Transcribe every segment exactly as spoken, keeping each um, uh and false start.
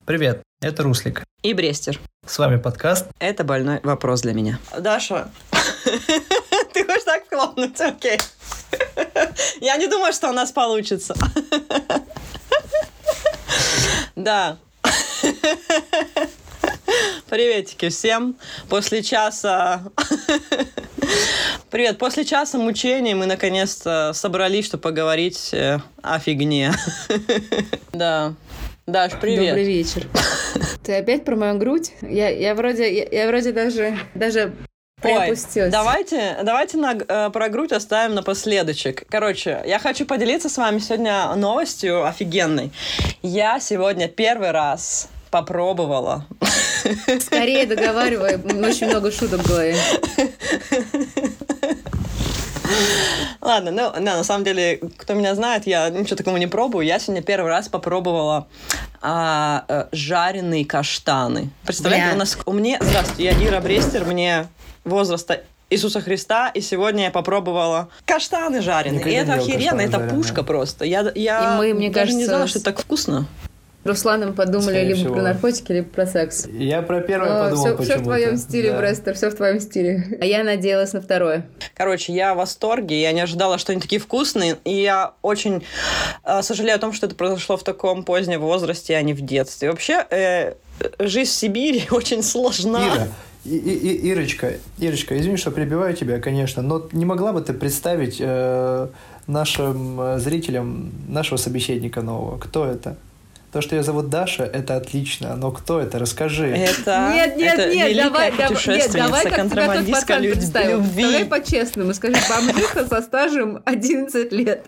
Привет, это Руслик. И Брестер. С вами подкаст «Это больной вопрос для меня». Даша, ты хочешь так вклопнуть? Окей. Я не думаю, что у нас получится. Да. Приветики всем. После часа... Привет. После часа мучений мы наконец-то собрались, чтобы поговорить о фигне. Да. Даш, привет. Добрый вечер. Ты опять про мою грудь? Я, я вроде, я, я вроде даже, даже приопустилась. Ой, давайте, давайте на, э, про грудь оставим напоследочек. Короче, я хочу поделиться с вами сегодня новостью офигенной. Я сегодня первый раз попробовала. Скорее договаривай, очень много шуток в голове. Ладно, ну, да, на самом деле, кто меня знает, я ничего такого не пробую. Я сегодня первый раз попробовала а, а, жареные каштаны. Представляете, Бля. у нас... У меня... Здравствуйте, я Ира Брестер, мне возраста Иисуса Христа, и сегодня я попробовала каштаны жареные. Никогда и это не ел охеренно, это каштаны пушка жареные. просто. Я, я И мы, мне даже не кажется, знала, с- что это так вкусно. Русланом подумали Скорее либо всего. про наркотики, либо про секс. Я про первое О, подумал все, почему-то. в твоем стиле, Да. Брестер, все в твоем стиле. А я надеялась на второе. Короче, я в восторге, я не ожидала, что они такие вкусные, и я очень э, сожалею о том, что это произошло в таком позднем возрасте, а не в детстве. Вообще, э, жизнь в Сибири очень сложна. Ира, и, и- и- Ирочка, Ирочка, извини, что перебиваю тебя, конечно, но не могла бы ты представить э, нашим э, зрителям нашего собеседника нового? Кто это? То, что ее зовут Даша, это отлично, но кто это? Расскажи. Это, Нет, нет, это нет, великая давай, давай, нет, путешественница, давай как тебя тот контрабандистка пацан люд- представил. любви. Давай по-честному, скажи, бомжиха со стажем одиннадцать лет.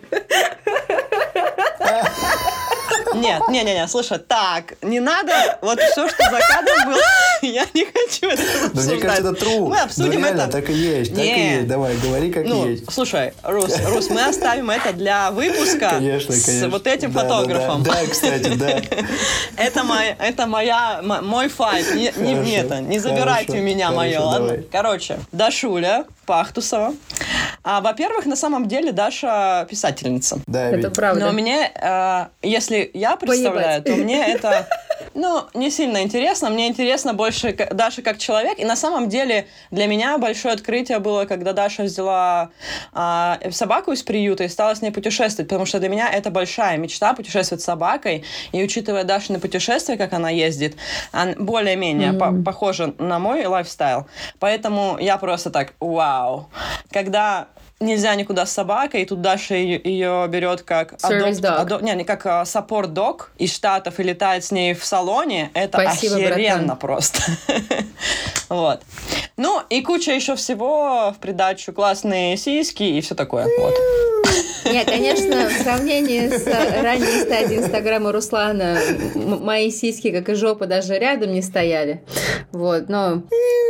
Нет, не, не, не, слушай, так, не надо, вот все, что за кадром было, я не хочу это Да обсуждать. мне кажется, это true. Мы обсудим Ну, реально, это. так и есть, так и Не. есть. Давай, говори, как Ну, есть. слушай, Рус, Рус, мы оставим это для выпуска Конечно, с конечно. вот этим Да, да, фотографом. Да, да, кстати, да. Это, мой, это моя, м- мой файт. Не, не, Хорошо, не это, не забирайте хорошо, у меня мое, хорошо, ладно? давай. Короче, Дашуля Пахтусова. А, во-первых, на самом деле Даша писательница. Да, Это ведь. правда. Но мне, э, если я представляю, Поебать. то мне это, ну, не сильно интересно. Мне интересно больше к- Даша как человек. И на самом деле для меня большое открытие было, когда Даша взяла а, собаку из приюта и стала с ней путешествовать. Потому что для меня это большая мечта — путешествовать с собакой. И учитывая Дашины путешествия, как она ездит, она более-менее по- похожа на мой лайфстайл. Поэтому я просто так, вау. Когда нельзя никуда с собакой, и тут Даша ее, ее берет как Service адопт- dog. адо- не, не как саппорт-дог из Штатов и летает с ней в салоне. Это Спасибо, охеренно братан. просто. Вот. Ну, и куча еще всего в придачу. Классные сиськи и все такое. Вот. Нет, конечно, в сравнении с ранней стадией Инстаграма Руслана м- мои сиськи, как и жопа, даже рядом не стояли. Вот, но...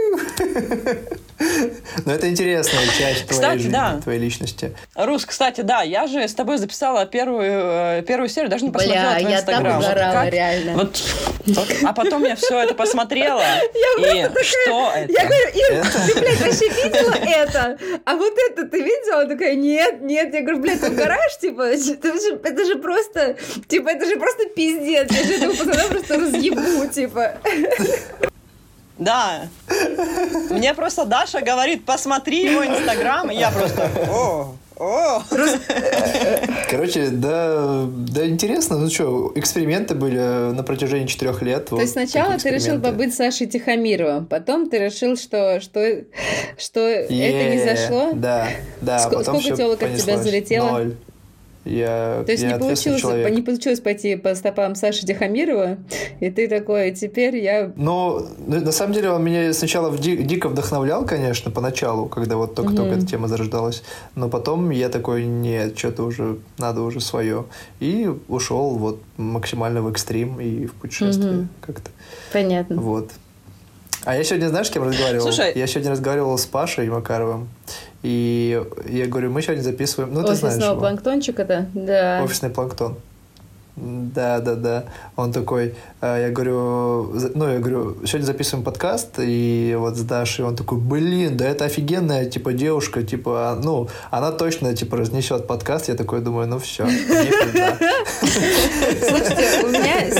Но это интересная часть твоей Кстати, жизни, да. твоей личности. Рус, кстати, да, я же с тобой записала первую, э, первую серию, даже не посмотрела Бля, твой я так Инстаграм. Вот угорала, как? реально. Вот, вот. А потом я все это посмотрела. И что это? Я говорю, Ир, ты, блядь, вообще видела это? А вот это ты видела? Она такая, нет, нет. Я говорю, блядь, ты угораешь? Типа, это же, это же просто, типа, это же просто пиздец. Я же этого пацана просто разъебу, типа. Да. Мне просто Даша говорит, посмотри его Инстаграм, и я просто, о, о. Короче, да, да интересно. Ну что, эксперименты были на протяжении четырех лет. То есть сначала ты решил побыть Сашей Тихомировым, потом ты решил, что, что, что это не зашло? Да, да. Ск- потом сколько всё тёлок от тебя понеслось. залетело? Ноль. Я, То есть я не ответственный получилось, человек. не получилось пойти по стопам Саши Тихомирова, и ты такой, теперь я... Ну, на на самом деле он меня сначала в ди- дико вдохновлял, конечно, поначалу, когда вот только-только эта тема зарождалась. Но потом я такой, нет, что-то уже, надо уже свое. И ушел вот максимально в экстрим и в путешествие как-то. Понятно. Вот. А я сегодня, знаешь, с кем разговаривал? Слушай. Я сегодня разговаривал с Пашей Макаровым. И я говорю, мы сегодня записываем... Ну, ты знаешь Офисного его. планктончика-то? Да. Офисный планктон. Да, да, да. Он такой, э, я говорю, за- ну, я говорю, сегодня записываем подкаст, и вот с Дашей, он такой, блин, да это офигенная, типа, девушка, типа, ну, она точно, типа, разнесет подкаст. Я такой думаю, ну, все, никуда. Слушайте, у меня сегодня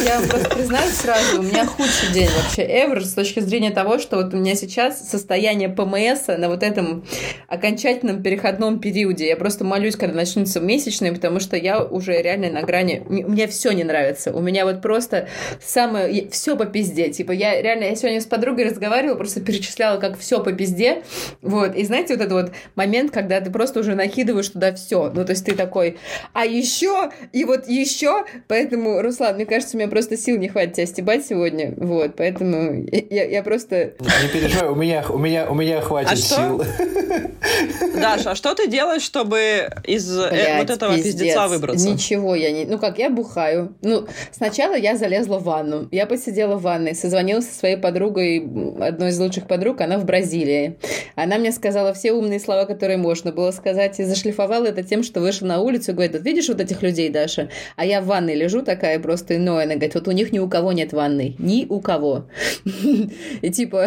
я вам просто признаюсь сразу, у меня худший день вообще ever с точки зрения того, что вот у меня сейчас состояние ПМС на вот этом окончательном переходном периоде. Я просто молюсь, когда начнутся месячные, потому что я уже реально на грани... Мне все не нравится. У меня вот просто самое... Все по пизде. Типа я реально... Я сегодня с подругой разговаривала, просто перечисляла, как все по пизде. Вот. И знаете, вот этот вот момент, когда ты просто уже накидываешь туда все. Ну, то есть ты такой, а еще, и вот еще. Поэтому, Руслан, мне кажется, у меня просто сил не хватит тебя стебать сегодня. Вот. Поэтому я, я просто... Не переживай, у меня, у меня, у меня хватит а сил. Даша, а что ты делаешь, чтобы из Блядь, вот этого пиздец. пиздеца выбраться? Ничего я не... Ну как, я бухаю. Ну, сначала я залезла в ванну. Я посидела в ванной, созвонилась со своей подругой, одной из лучших подруг, она в Бразилии. Она мне сказала все умные слова, которые можно было сказать, и зашлифовала это тем, что вышла на улицу и говорит, вот видишь вот этих людей, Даша? А я в ванной лежу такая просто иное. Она говорит, вот у них ни у кого нет ванной. Ни у кого. И типа...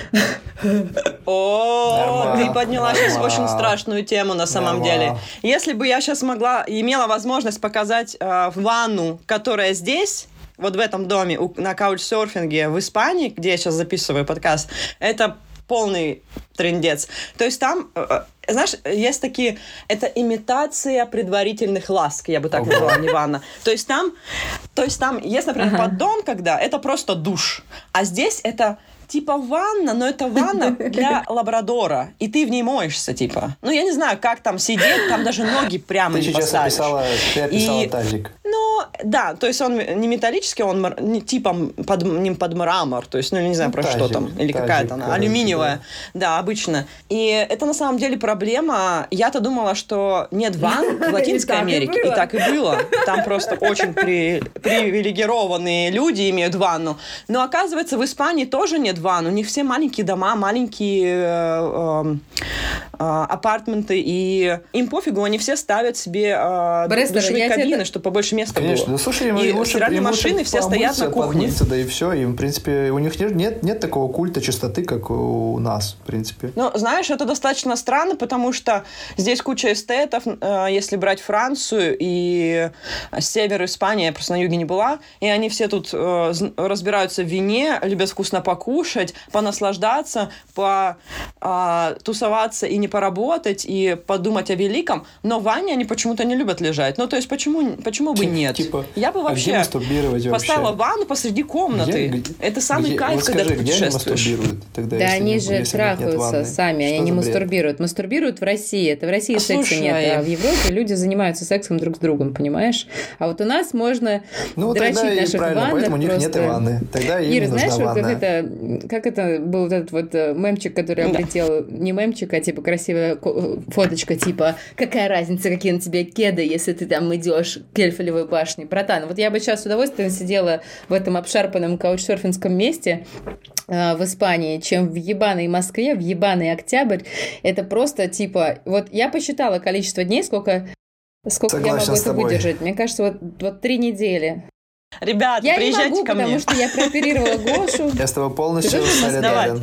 О, ты подняла сейчас очень страшную тему на самом деле. Если бы я сейчас могла, имела возможность показать ванну, которая здесь, вот в этом доме, на каучсерфинге в Испании, где я сейчас записываю подкаст, это полный трындец. То есть там, знаешь, есть такие... Это имитация предварительных ласк, я бы так назвала, не ванна. То есть там, то есть там есть, например, ага. поддон, когда это просто душ. А здесь это... Типа ванна, но это ванна для лабрадора, и ты в ней моешься, типа. Ну, я не знаю, как там сидеть, там даже ноги прямо ты не посадишь. Описала, ты описала и... тазик. Ну, да, то есть он не металлический, он мар... не, типа под, не под мрамор, то есть, ну, не знаю, ну, про тазик, что там, или какая-то она, алюминиевая, да. да, обычно. И это на самом деле проблема. Я-то думала, что нет ванн в Латинской Америке, и так и было. Там просто очень привилегированные люди имеют ванну. Но, оказывается, в Испании тоже нет ванн. У них все маленькие дома, маленькие э, э, апартменты, и им пофигу, они все ставят себе э, Брестер, душевые кабины, это... чтобы побольше места Конечно, было. Ну, слушай, им и лучше, стиральные им машины все стоят на кухне. Подмыться, да и все. Им, в принципе, у них нет, нет такого культа чистоты, как у нас, в принципе. Ну, знаешь, это достаточно странно, потому что здесь куча эстетов, э, если брать Францию и север Испании, я просто на юге не была, и они все тут э, разбираются в вине, любят вкусно покушать, понаслаждаться, потусоваться и не поработать, и подумать о великом, но в ванне они почему-то не любят лежать. Ну, то есть, почему, почему бы нет? Типа, я бы вообще а поставила вообще? ванну посреди комнаты. Где, это самый где, кайф, вот когда скажи, ты путешествуешь. Тогда, да они не, же трахаются сами, что они не мастурбируют. Мастурбируют в России. Это в России а секса слушай, нет, а в Европе люди занимаются сексом друг с другом, понимаешь? А вот у нас можно ну, дрочить наших ваннах. Поэтому у них просто... нет и ванны. Тогда им Ира, не знаешь, нужна вот ванна. Как это, как это был вот этот вот мемчик, который да. облетел, не мемчик, а типа красивая фоточка, типа, какая разница, какие на тебе кеды, если ты там идешь к Эльфелевой башне. Братан, вот я бы сейчас с удовольствием сидела в этом обшарпанном каучсерфинском месте э, в Испании, чем в ебаной Москве, в ебаный Октябрь. Это просто типа, вот я посчитала количество дней, сколько, сколько я могу это выдержать. Мне кажется, вот, вот три недели. Ребята, я приезжайте не могу, ко мне. потому что я прооперировала Гошу. Я с тобой полностью солидарен.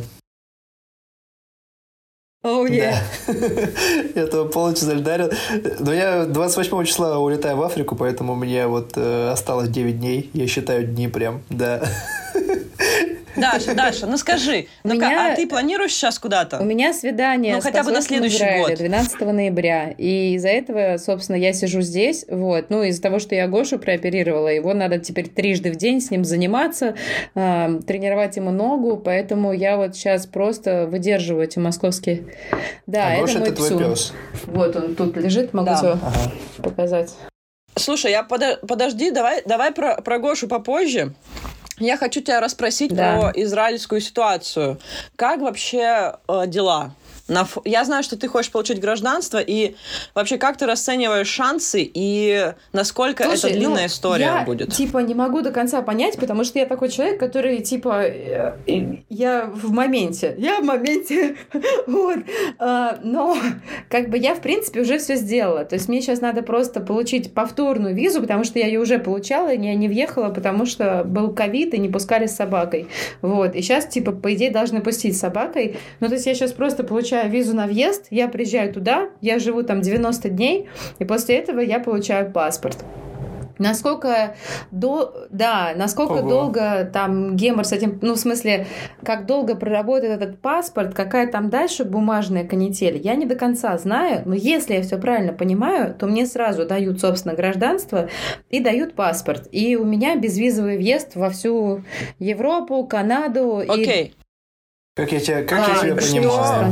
Oh, yeah. Да. Я тобой полностью солидарен. Но я двадцать восьмого числа улетаю в Африку, поэтому мне вот э, осталось девять дней. Я считаю дни прям, да. Даша, Даша, ну скажи, ну меня... а ты планируешь сейчас куда-то? У меня свидание ну, хотя бы на следующий Израиле, год. двенадцатого ноября. И из-за этого, собственно, я сижу здесь. Вот. Ну, из-за того, что я Гошу прооперировала, его надо теперь трижды в день с ним заниматься, э, тренировать ему ногу, поэтому я вот сейчас просто выдерживаю эти московские... Да, а это Гоша, мой это твой псу. пес. Вот он тут лежит, могу да. тебе ага. показать. Слушай, я подо... подожди, давай, давай про, про Гошу попозже. Я хочу тебя расспросить да. про израильскую ситуацию. Как вообще э, дела? На ф... Я знаю, что ты хочешь получить гражданство, и вообще как ты расцениваешь шансы, и насколько Слушай, это длинная ну, история я, будет? Типа, не могу до конца понять, потому что я такой человек, который, типа, я в моменте. Я в моменте. Вот. Но, как бы, я, в принципе, уже все сделала. То есть мне сейчас надо просто получить повторную визу, потому что я ее уже получала, и я не въехала, потому что был ковид, и не пускали с собакой. Вот. И сейчас, типа, по идее, должны пустить с собакой. Ну, то есть я сейчас просто получаю визу на въезд, я приезжаю туда, я живу там девяносто дней, и после этого я получаю паспорт. Насколько, до, да, насколько Ого. долго там гемор с этим, ну, в смысле, как долго проработает этот паспорт, какая там дальше бумажная канитель, я не до конца знаю, но если я все правильно понимаю, то мне сразу дают, собственно, гражданство и дают паспорт. И у меня безвизовый въезд во всю Европу, Канаду. Окей. И... Как я тебя, как А, я тебя что? понимаю?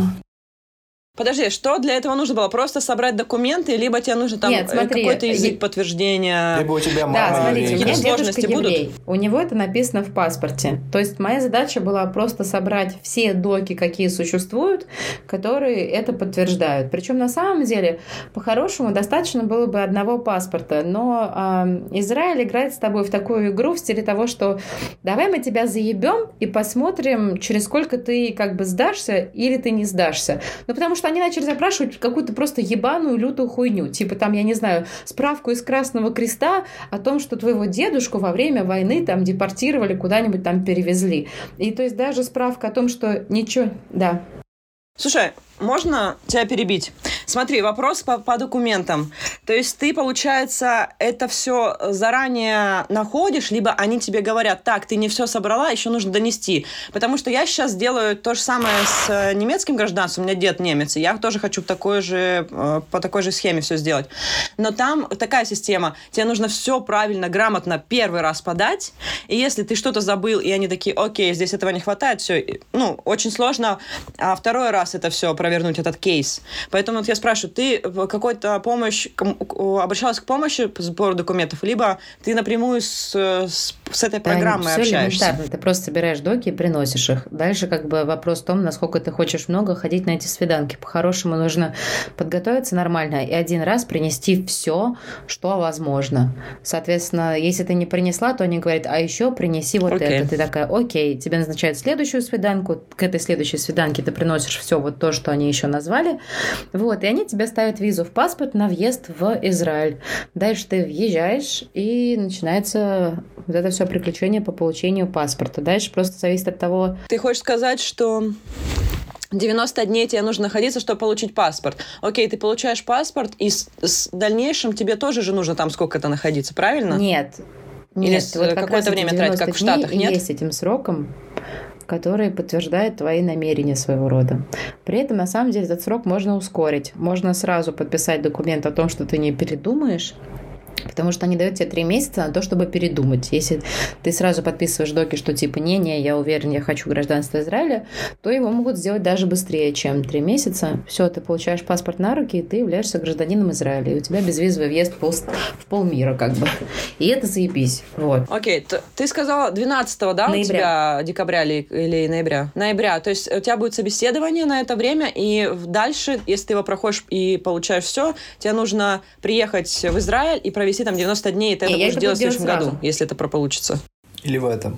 Подожди, что для этого нужно было? Просто собрать документы, либо тебе нужно там Нет, смотри, какой-то язык я- подтверждения? Либо у тебя Да, мама смотрите, у еврейка. меня дедушка Сложности будут? еврей. У него это написано в паспорте. То есть моя задача была просто собрать все доки, какие существуют, которые это подтверждают. Причем на самом деле, по-хорошему, достаточно было бы одного паспорта. Но э, Израиль играет с тобой в такую игру в стиле того, что давай мы тебя заебем и посмотрим, через сколько ты как бы сдашься или ты не сдашься. Ну, потому что они начали запрашивать какую-то просто ебаную лютую хуйню. Типа там, я не знаю, справку из Красного Креста о том, что твоего дедушку во время войны там депортировали, куда-нибудь там перевезли. И то есть даже справка о том, что ничего... Да. Слушай, можно тебя перебить? Смотри, вопрос по, по документам. То есть ты, получается, это все заранее находишь, либо они тебе говорят, так, ты не все собрала, еще нужно донести. Потому что я сейчас делаю то же самое с немецким гражданством, у меня дед немец, и я тоже хочу такой же, по такой же схеме все сделать. Но там такая система, тебе нужно все правильно, грамотно первый раз подать, и если ты что-то забыл, и они такие, окей, здесь этого не хватает, все, ну, очень сложно, а второй раз это все провернуть, этот кейс. Поэтому вот я спрашиваю, ты какой-то помощь, обращалась к помощи по сбору документов, либо ты напрямую с, с, с этой программой да, общаешься? Элементарно. Ты просто собираешь доки и приносишь их. Дальше как бы вопрос в том, насколько ты хочешь много ходить на эти свиданки. По-хорошему нужно подготовиться нормально и один раз принести все, что возможно. Соответственно, если ты не принесла, то они говорят, а еще принеси вот okay. это. Ты такая, окей, тебе назначают следующую свиданку, к этой следующей свиданке ты приносишь все вот то, что они еще назвали. Вот, и они тебе ставят визу в паспорт на въезд в Израиль. Дальше ты въезжаешь, и начинается вот это все приключение по получению паспорта. Дальше просто зависит от того... Ты хочешь сказать, что девяносто дней тебе нужно находиться, чтобы получить паспорт. Окей, ты получаешь паспорт, и с, с дальнейшем тебе тоже же нужно там сколько-то находиться, правильно? Нет. Или Нет, с, вот какое-то время тратить, как в Штатах, нет? Есть этим сроком, который подтверждает твои намерения своего рода. При этом, на самом деле, этот срок можно ускорить. Можно сразу подписать документ о том, что ты не передумаешь, потому что они дают тебе три месяца на то, чтобы передумать. Если ты сразу подписываешь доки, что типа не-не, я уверен, я хочу гражданство Израиля, то его могут сделать даже быстрее, чем три месяца. Все, ты получаешь паспорт на руки, и ты являешься гражданином Израиля. И у тебя безвизовый въезд в, пол, в полмира, как бы. И это заебись. Вот. Окей, ты сказала двенадцатого, да, ноября. У тебя декабря или, или ноября? Ноября. То есть у тебя будет собеседование на это время, и дальше, если ты его проходишь и получаешь все, тебе нужно приехать в Израиль и провести там девяносто дней, и ты не, это будешь делать в следующем году, сразу. Если это получится. Или в этом.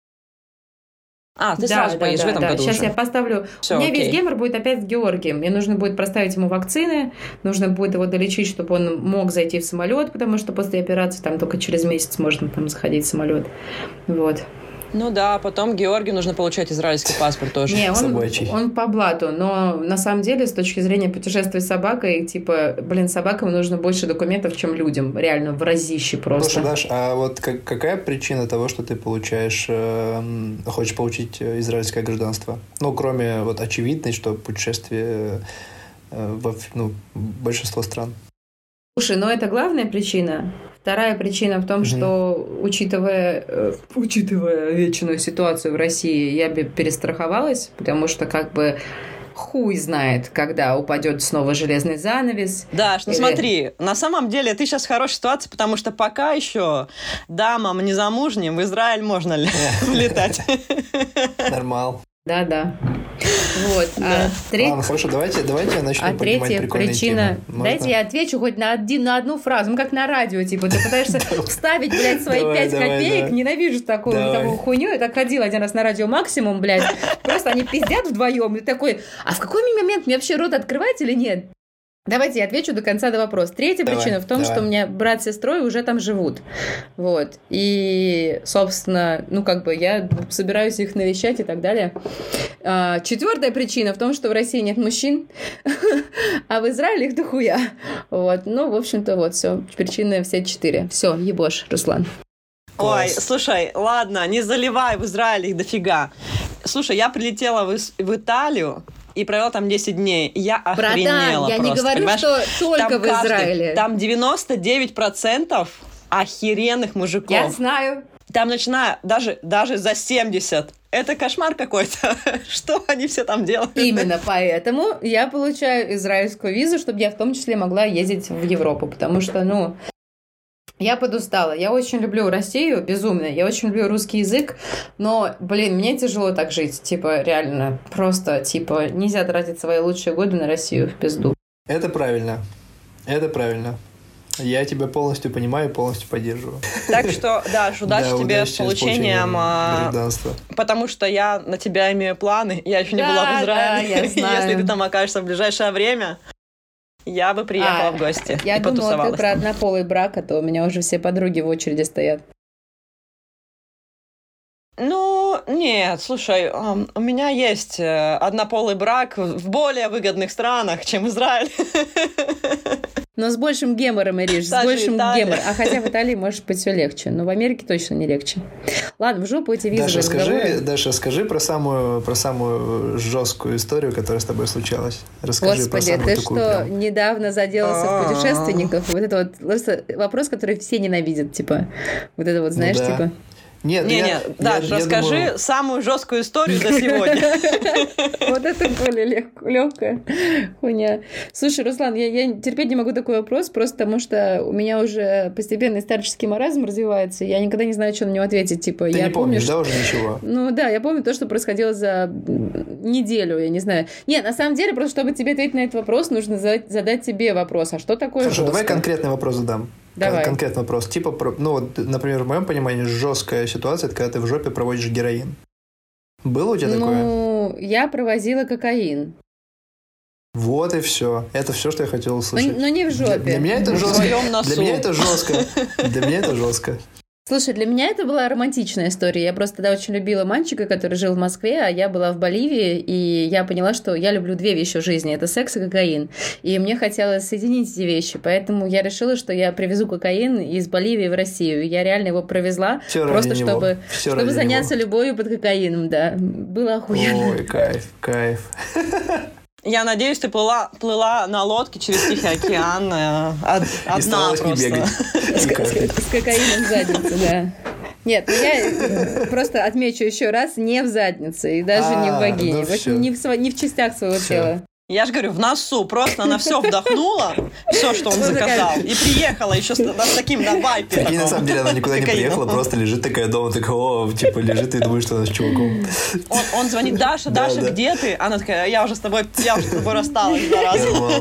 А, ты да, сразу да, поедешь да, в этом да. году Сейчас уже. я поставлю... Всё, У меня окей. весь гемор будет опять с Георгием. Мне нужно будет проставить ему вакцины, нужно будет его долечить, чтобы он мог зайти в самолет, потому что после операции там только через месяц можно там заходить в самолет. Вот. Ну да, потом Георгию нужно получать израильский паспорт тоже. Не, он, он по блату, но на самом деле с точки зрения путешествия с собакой, типа, блин, собакам нужно больше документов, чем людям, реально, в разище просто. Слушай, Даш, а вот как, какая причина того, что ты получаешь, э, хочешь получить израильское гражданство? Ну, кроме вот очевидной, что путешествие э, во ну, большинство стран. Слушай, но это главная причина. Вторая причина в том, mm-hmm. что, учитывая, э, учитывая вечную ситуацию в России, я бы перестраховалась, потому что как бы хуй знает, когда упадет снова железный занавес. Да, ну или... смотри, на самом деле ты сейчас в хорошей ситуации, потому что пока еще дамам незамужним в Израиль можно летать. Нормал. Да-да. Вот. Да. А треть... Ладно, хорошо, давайте, давайте я начну а поднимать третья прикольные причина... темы. Дайте я отвечу хоть на, один, на одну фразу. Ну, как на радио, типа, ты пытаешься вставить, блядь, свои пять копеек. Ненавижу такую, такую хуйню. Я так ходила один раз на радио Максимум, блядь. Просто они пиздят вдвоем. И такой, а в какой момент мне вообще рот открывать или нет? Давайте я отвечу до конца на вопрос. Третья давай, причина в том, давай. что у меня брат с сестрой уже там живут. Вот. И, собственно, ну, как бы я собираюсь их навещать и так далее. А, четвертая причина в том, что в России нет мужчин, а в Израиле их дохуя. Вот. Ну, в общем-то, вот, все. Причины все четыре. Все, ебошь, Руслан. Ой, Класс. слушай, ладно, не заливай, в Израиле их дофига. Слушай, я прилетела в, Ис- в Италию и провела там десять дней. И я охренела. Братан, я не просто, говорю, понимаешь? что только Там в каждый- Израиле. Там девяносто девять процентов охеренных мужиков. Я знаю. Там начиная даже, даже за семьдесят. Это кошмар какой-то. Что они все там делают? Именно поэтому я получаю израильскую визу, чтобы я в том числе могла ездить в Европу, потому что, ну, я подустала. Я очень люблю Россию, безумно. Я очень люблю русский язык, но, блин, мне тяжело так жить. Типа, реально, просто, типа, нельзя тратить свои лучшие годы на Россию в пизду. Это правильно. Это правильно. Я тебя полностью понимаю и полностью поддерживаю. Так что, Даш, удачи Да, тебе удачи с с получением, получением а, гражданства. потому что я на тебя имею планы. Я еще не Да, была в да, Израиле. я знаю. Если ты там окажешься в ближайшее время, я бы приехала А, в гости Я и думала, ты потусовалась. про однополый брак, а то у меня уже все подруги в очереди стоят. Ну, нет, слушай, эм, у меня есть э, однополый брак в более выгодных странах, чем Израиль. Но с большим гемором, Ириш, с Та же большим Италия. гемором. А хотя в Италии, может быть, все легче. Но в Америке точно не легче. Ладно, в жопу эти визовые Даша, скажи, разговоры. Даша, скажи про самую, про самую жесткую историю, которая с тобой случалась. Расскажи про Господи, самую ты такую что, прям. недавно заделался в А-а-а. путешественников? Вот это вот просто вопрос, который все ненавидят, типа. Вот это вот, знаешь, Ну да. типа... Нет, Не-не, я- Даш, я- я расскажи думаю, самую жесткую историю за сегодня. Вот это более легкая хуйня. Слушай, Руслан, я, я терпеть не могу такой вопрос, просто потому что у меня уже постепенно старческий маразм развивается, и я никогда не знаю, что на него ответить. Типа, Ты я не помню, помнишь, что... да, уже ничего? Ну да, я помню то, что происходило за неделю, я не знаю. Нет, на самом деле, просто чтобы тебе ответить на этот вопрос, нужно задать, задать тебе вопрос. А что такое Хорошо, давай жестко? конкретный вопрос задам. Давай. Кон- конкретный вопрос. Типа, про- ну вот, например, в моем понимании жесткая ситуация, это когда ты в жопе проводишь героин. Было у тебя такое? Ну, я провозила кокаин. Вот и все. Это все, что я хотел Но, услышать. но не в Для, жопе. для меня это В жестко. своем носу. Для меня это жестко. Для меня это жестко. Слушай, для меня это была романтичная история. Я просто тогда очень любила мальчика, который жил в Москве, а я была в Боливии, и я поняла, что я люблю две вещи в жизни. Это секс и кокаин. И мне хотелось соединить эти вещи, поэтому я решила, что я привезу кокаин из Боливии в Россию. Я реально его провезла, Всё ради просто него. чтобы, Всё чтобы ради заняться него. любовью под кокаином, да. Было охуенно. Ой, кайф, кайф. Я надеюсь, ты плыла, плыла на лодке через Тихий океан э, од- И одна старалась не просто. бегать. С, с- с кокаином в заднице, да. Нет, ну я просто отмечу еще раз, не в заднице и даже не в А, вагине. ну В общем, всё. не в, сво- не в частях своего Всё. тела. Я же говорю, в носу. Просто она все вдохнула, все, что он Вот такая- заказал. И приехала еще с, с таким на вайпе. И на самом деле она никуда не Кокаином. приехала, просто лежит такая дома, такая, о, типа лежит и думает, что она с чуваком. Он, он звонит, Даша, Да, Даша, да. где ты? Она такая, я уже с тобой, я уже с тобой рассталась два раза. Нормально.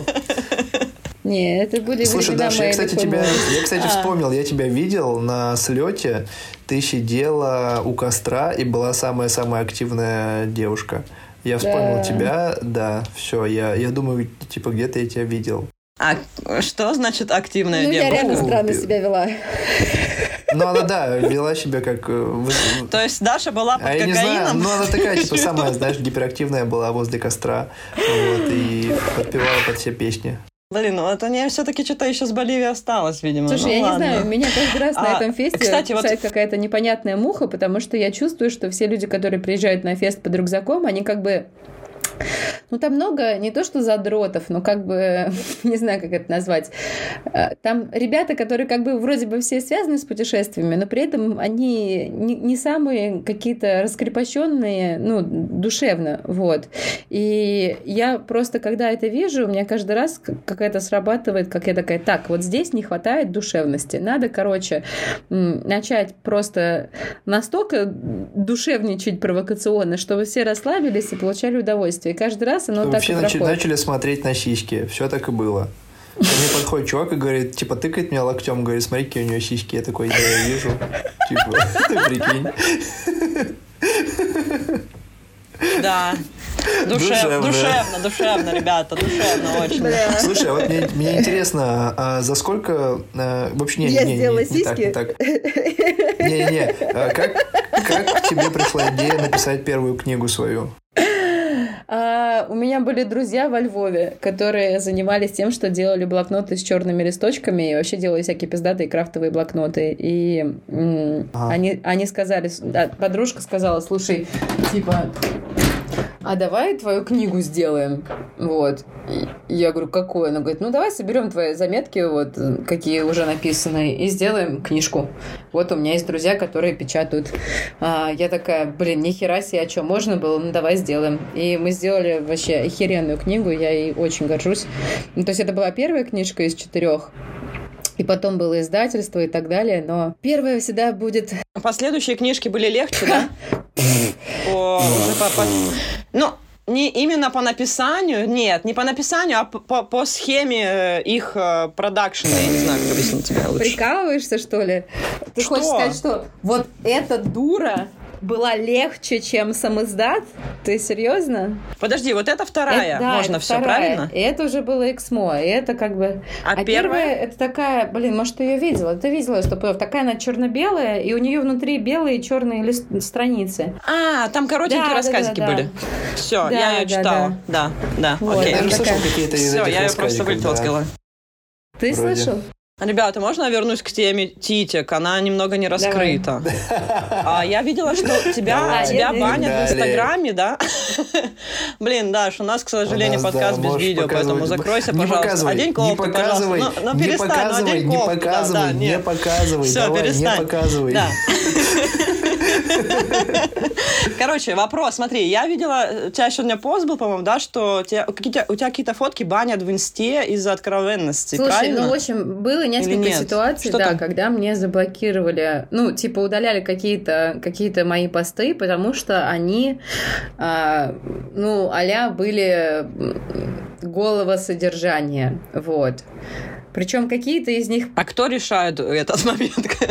Не, это были Слушай, времена Даша, я, моей кстати, такой тебя, молодости. я, кстати, А. вспомнил, я тебя видел на слете, ты сидела у костра и была самая-самая активная девушка. Я вспомнил Да. тебя, да, все, я, я думаю, типа, где-то я тебя видел. А что значит активная Ну, я девушка? реально Ну, странно пи- себя вела. Ну, она, да, вела себя как... э, вы- То есть Даша была под А я не знаю, кокаином? ну она такая, типа, самая, знаешь, гиперактивная была возле костра, вот, и подпевала под все песни. Блин, ну это мне все-таки что-то еще с Боливии осталось, видимо. Слушай, Ну, я ладно. не знаю, меня каждый раз на А, этом фесте кстати, вот- кусает какая-то непонятная муха, потому что я чувствую, что все люди, которые приезжают на фест под рюкзаком, они как бы... Ну, там много не то что задротов, но как бы, не знаю, как это назвать. Э, Там ребята, которые как бы вроде бы все связаны с путешествиями, но при этом они не, не самые какие-то раскрепощенные, ну, душевно, вот. И я просто, когда это вижу, у меня каждый раз к- какая-то срабатывает, как я такая, так, вот здесь не хватает душевности. Надо, короче, м, начать просто настолько душевничать провокационно, чтобы все расслабились и получали удовольствие. И каждый раз оно Чтобы так все и начали, проходит. начали смотреть на сиськи, все так и было. Ко мне подходит чувак и говорит, типа, тыкает меня локтем, говорит, смотри, какие у нее сиськи. Я такой, да, я вижу. Типа, прикинь. Да. Душевно, душевно, душевно, ребята, душевно очень. Бля. Слушай, а вот мне, мне интересно, а за сколько... а, вообще, не, Я не, не, сделала не, не так, не так. Не-не, а как, как к тебе пришла идея написать первую книгу свою? А, у меня были друзья во Львове, которые занимались тем, что делали блокноты с черными листочками и вообще делали всякие пиздатые крафтовые блокноты. И м- Ага. они, они сказали, да, подружка сказала, слушай, типа, а давай твою книгу сделаем. Вот. И я говорю, какую? Она говорит, ну давай соберем твои заметки, вот, какие уже написаны, и сделаем книжку. Вот у меня есть друзья, которые печатают. А, я такая, блин, нихера себе, а что, можно было? Ну давай сделаем. И мы сделали вообще охеренную книгу, я ей очень горжусь. Ну, то есть это была первая книжка из четырех. И потом было издательство и так далее, но первая всегда будет... Последующие книжки были легче, да? По- уже по- по- Ну, не именно по написанию, нет, не по написанию, а по, по- по схеме э, их э, продакшена, я не знаю, как объяснить тебе лучше. Прикалываешься, что ли? Ты Что? хочешь сказать, что вот эта дура была легче, чем самиздат? Ты серьезно? Подожди, вот это вторая, Это- да, можно это все, вторая. правильно? И это уже было Эксмо, и это как бы... А первая, первая? это такая, блин, может, ты ее видела? Ты видела, что такая она черно-белая, и у нее внутри белые и черные лист... страницы. А, там коротенькие Да, да, рассказики да, да. были. Все, Да, я ее да, читала. Да, да, Вот, окей. Я Там же слышал такая- какие-то из Все, этих я ее просто рассказиков, вылетела с да. головы. Ты Вроде. слышал? Ребята, можно я вернусь к теме Титик? Она немного не раскрыта. А я видела, что тебя, Давай. тебя Нет, банят в далее. Инстаграме, да? Блин, Даш, у нас, к сожалению, У нас, подкаст да, без можешь видео, поэтому показывать. закройся, Не пожалуйста. показывай, Одень не кофту, показывай, пожалуйста. Ну, ну, не перестань, ну, показывай, одень не кофту. показывай, да, да, не нет. показывай, Всё, давай, не перестань. показывай. Да. Короче, вопрос, смотри, я видела, у тебя сегодня пост был, по-моему, да, что тебя, какие-то, у тебя какие-то фотки банят в инсте из-за откровенности, Слушай, правильно? ну, в общем, было несколько нет? ситуаций, Что да, там? когда мне заблокировали, ну, типа, удаляли какие-то какие мои посты, потому что они, а, ну, а-ля были м, голого содержания, вот. Причем какие-то из них... А кто решает этот момент?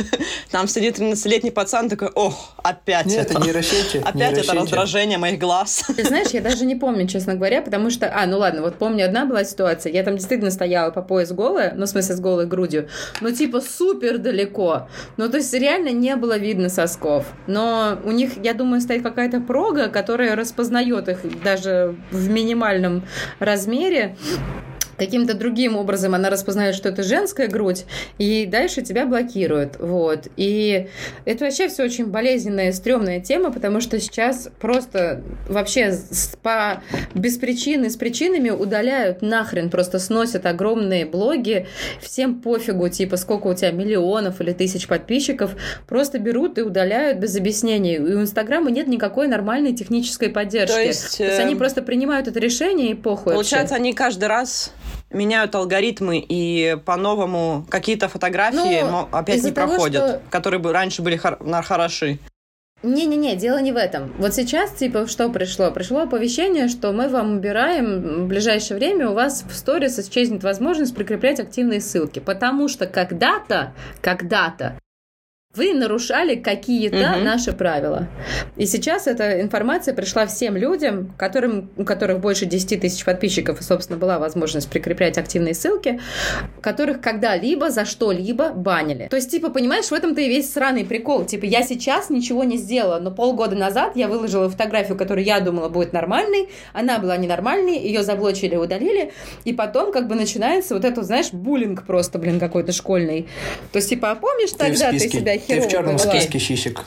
Там сидит тринадцатилетний пацан такой, ох, опять Нет, это. это нейросети. Опять нейросети. это раздражение моих глаз. Ты знаешь, я даже не помню, честно говоря, потому что... А, ну ладно, вот помню, одна была ситуация. Я там действительно стояла по пояс голая, ну, в смысле, с голой грудью, но типа супер далеко. Ну, то есть реально не было видно сосков. Но у них, я думаю, стоит какая-то прога, которая распознает их даже в минимальном размере. Каким-то другим образом она распознает, что это женская грудь, и дальше тебя блокирует. Вот. И это вообще все очень болезненная, стрёмная тема, потому что сейчас просто вообще с- по без причины, с причинами удаляют нахрен, просто сносят огромные блоги, всем пофигу, типа, сколько у тебя миллионов или тысяч подписчиков, просто берут и удаляют без объяснений. И у Инстаграма нет никакой нормальной технической поддержки. То есть, То есть э, они просто принимают это решение и похуй Получается, вообще. они каждый раз меняют алгоритмы, и по-новому какие-то фотографии Ну, мо- опять из-за не того, проходят, что- которые бы раньше были хор- на- хороши. Не-не-не, дело не в этом. Вот сейчас, типа, что пришло? Пришло оповещение, что мы вам убираем в ближайшее время, у вас в сторис исчезнет возможность прикреплять активные ссылки. Потому что когда-то, когда-то вы нарушали какие-то Мгм. наши правила. И сейчас эта информация пришла всем людям, которым, у которых больше десять тысяч подписчиков, и, собственно, была возможность прикреплять активные ссылки, которых когда-либо за что-либо банили. То есть, типа, понимаешь, в этом-то и весь сраный прикол. Типа, я сейчас ничего не сделала, но полгода назад я выложила фотографию, которую я думала будет нормальной, она была ненормальной, ее заблочили, удалили, и потом как бы начинается вот это, знаешь, буллинг просто, блин, какой-то школьный. То есть, типа, а помнишь, Ты в тогда ты списке, себя ты херово в черном повела? списке щисек.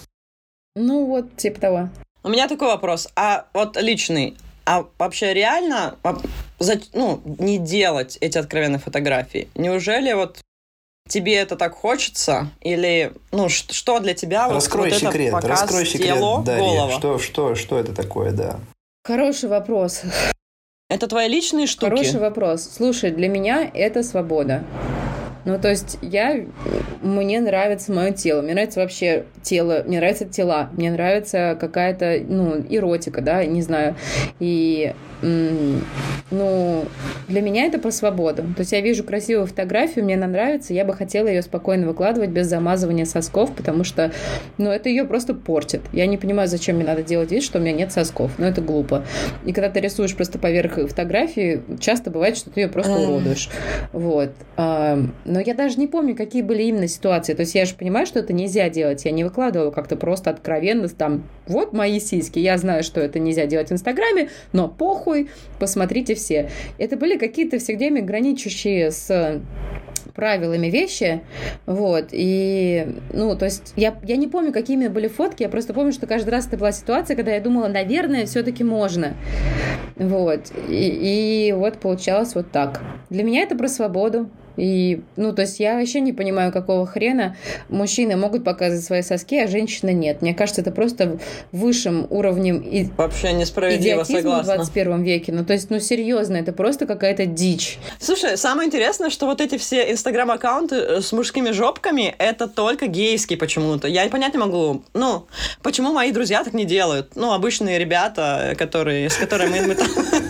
Ну, вот, типа того. У меня такой вопрос. А вот личный, а вообще реально а, за- ну, не делать эти откровенные фотографии? Неужели вот тебе это так хочется? Или, ну, ш- что для тебя вот, Раскрой вот это секрет, показ раскрой секрет, тело, Дарья. голова? Что, что, что это такое, да? Хороший вопрос. Это твои личные штуки? Хороший вопрос. Слушай, для меня это свобода. Ну, то есть я... Мне нравится мое тело, мне нравится вообще тело, мне нравятся тела, мне нравится какая-то, ну, эротика, да, не знаю. И, ну, для меня это про свободу. То есть я вижу красивую фотографию, мне она нравится, я бы хотела ее спокойно выкладывать без замазывания сосков, потому что, ну, это ее просто портит. Я не понимаю, зачем мне надо делать вид, что у меня нет сосков. Ну, это глупо. И когда ты рисуешь просто поверх фотографии, часто бывает, что ты ее просто уродуешь. Вот. Но я даже не помню, какие были именно ситуации. То есть я же понимаю, что это нельзя делать. Я не выкладывала как-то просто откровенно там, вот мои сиськи. Я знаю, что это нельзя делать в Инстаграме, но похуй, посмотрите все. Это были какие-то все время граничащие с правилами вещи, вот, и, ну, то есть я, я не помню, какими были фотки, я просто помню, что каждый раз это была ситуация, когда я думала, наверное, все-таки можно, вот, и, и вот получалось вот так. Для меня это про свободу. И, ну, то есть я вообще не понимаю, какого хрена мужчины могут показывать свои соски, а женщины нет. Мне кажется, это просто высшим уровнем и... Вообще несправедливо, согласна. В двадцать первом веке. Ну, то есть, ну, серьезно, это просто какая-то дичь. Слушай, самое интересное, что вот эти все инстаграм-аккаунты с мужскими жопками, это только гейские почему-то. Я понять не могу, ну, почему мои друзья так не делают? Ну, обычные ребята, которые, с которыми мы там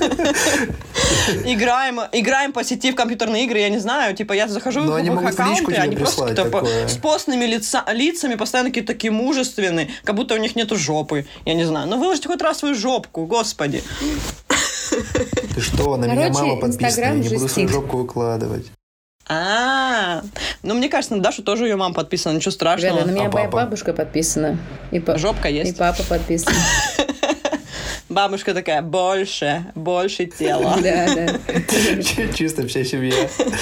играем, играем по сети в компьютерные игры, я не знаю, типа, я захожу в их аккаунты, они просто типа, с постными лица, лицами, постоянно какие-то такие мужественные, как будто у них нету жопы, я не знаю. Ну, выложите хоть раз свою жопку, господи. Ты что, на меня мама подписана, я не буду свою жопку выкладывать. А, ну, мне кажется, на Дашу тоже ее мама подписана, ничего страшного. Ребята, на меня моя бабушка подписана. Жопка есть. И папа подписан. Бабушка такая, больше, больше тела. Да, да. Чисто вся семья.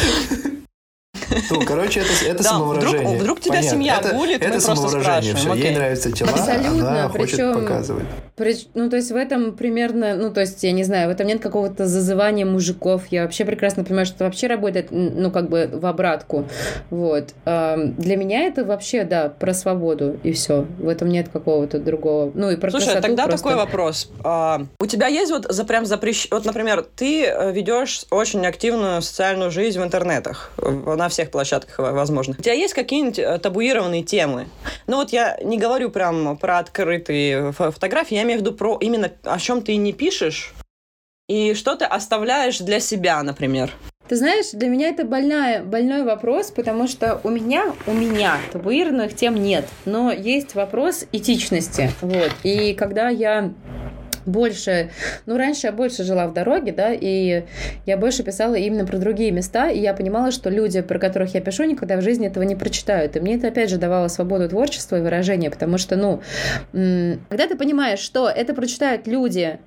Ну, короче, это, это да, самовыражение. Вдруг, вдруг тебя Понятно. семья это, гулит, это мы просто спрашиваем. Ей нравятся тела, абсолютно. она Причем, хочет показывать. При, ну, то есть в этом примерно, ну, то есть, я не знаю, в этом нет какого-то зазывания мужиков. Я вообще прекрасно понимаю, что это вообще работает, ну, как бы в обратку. Вот. А для меня это вообще, да, про свободу, и все. В этом нет какого-то другого. Ну, и про Слушай, красоту тогда просто... такой вопрос. А, у тебя есть вот за, прям запрещ... Вот, например, ты ведешь очень активную социальную жизнь в интернетах, на всех площадках возможных. У тебя есть какие-нибудь табуированные темы? Ну, вот я не говорю прям про открытые фотографии, я имею в виду про именно о чем ты не пишешь и что ты оставляешь для себя, например. Ты знаешь, для меня это больная, больной вопрос, потому что у меня, у меня табуированных тем нет, но есть вопрос этичности. Вот. И когда я больше, ну, раньше я больше жила в дороге, да, и я больше писала именно про другие места, и я понимала, что люди, про которых я пишу, никогда в жизни этого не прочитают. И мне это, опять же, давало свободу творчества и выражения, потому что, ну, когда ты понимаешь, что это прочитают люди,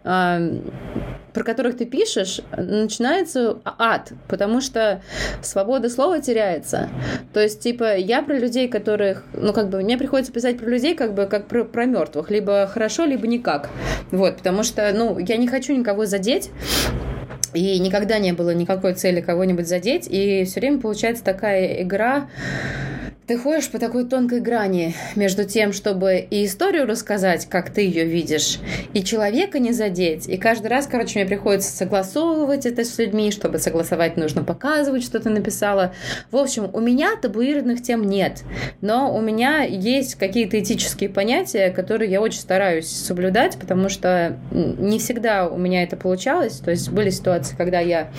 про которых ты пишешь, начинается ад, потому что свобода слова теряется. То есть, типа, я про людей, которых, ну, как бы, мне приходится писать про людей, как бы, как про, про мертвых, либо хорошо, либо никак. Вот, потому что, ну, я не хочу никого задеть, и никогда не было никакой цели кого-нибудь задеть, и все время получается такая игра. Ты ходишь по такой тонкой грани между тем, чтобы и историю рассказать, как ты ее видишь, и человека не задеть. И каждый раз, короче, мне приходится согласовывать это с людьми. Чтобы согласовать, нужно показывать, что ты написала. В общем, у меня табуированных тем нет. Но у меня есть какие-то этические понятия, которые я очень стараюсь соблюдать, потому что не всегда у меня это получалось. То есть были ситуации, когда я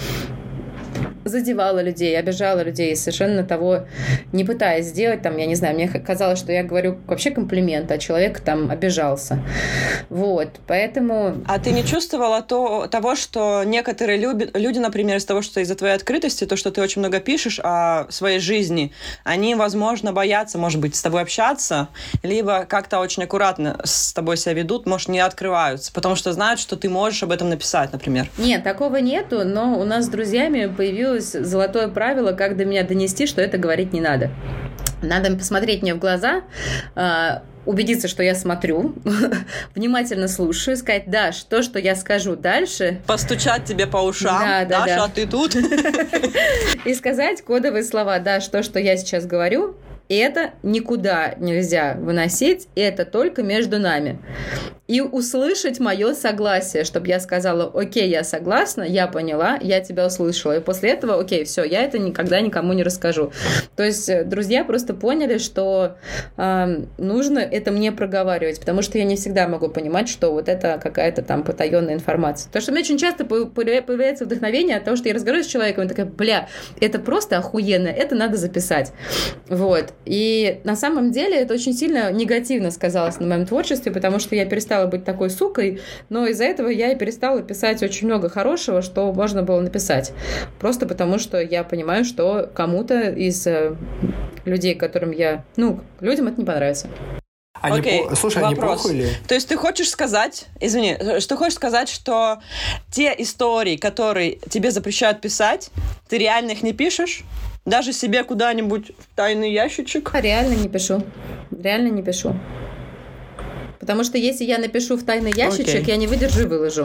задевала людей, обижала людей, совершенно того не пытаясь сделать, там, я не знаю, мне казалось, что я говорю вообще комплимент, а человек там обижался. Вот, поэтому... А ты не чувствовала то, того, что некоторые люби, люди, например, из того, что из-за твоей открытости, то, что ты очень много пишешь о своей жизни, они, возможно, боятся, может быть, с тобой общаться, либо как-то очень аккуратно с тобой себя ведут, может, не открываются, потому что знают, что ты можешь об этом написать, например. Нет, такого нету, но у нас с друзьями появилось золотое правило, как до меня донести, что это говорить не надо. Надо посмотреть мне в глаза, убедиться, что я смотрю, внимательно слушаю, сказать, Даш, то, что я скажу дальше... Постучать тебе по ушам, да, да, Даша, да. А ты тут? И сказать кодовые слова, Даш, то, что я сейчас говорю, это никуда нельзя выносить, это только между нами. И услышать мое согласие, чтобы я сказала, окей, я согласна, я поняла, я тебя услышала. И после этого, окей, все, я это никогда никому не расскажу. То есть друзья просто поняли, что э, нужно это мне проговаривать, потому что я не всегда могу понимать, что вот это какая-то там потаенная информация. Потому что у меня очень часто появляется вдохновение от того, что я разговариваю с человеком, и такая, бля, это просто охуенно, это надо записать. Вот. И на самом деле это очень сильно негативно сказалось на моем творчестве, потому что я перестала быть такой сукой, но из-за этого я и перестала писать очень много хорошего, что можно было написать. Просто потому, что я понимаю, что кому-то из э, людей, которым я... Ну, людям это не понравится. А Окей, не, слушай, вопрос. А не плохо ли? То есть ты хочешь сказать, извини, что хочешь сказать, что те истории, которые тебе запрещают писать, ты реально их не пишешь? Даже себе куда-нибудь в тайный ящичек? Реально не пишу. Реально не пишу. Потому что если я напишу в тайный ящичек, okay. я не выдержу и выложу.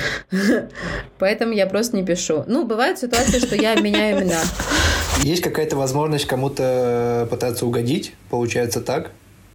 Поэтому я просто не пишу. Ну, бывают ситуации, что я меняю имена. Есть какая-то возможность кому-то пытаться угодить? Получается так?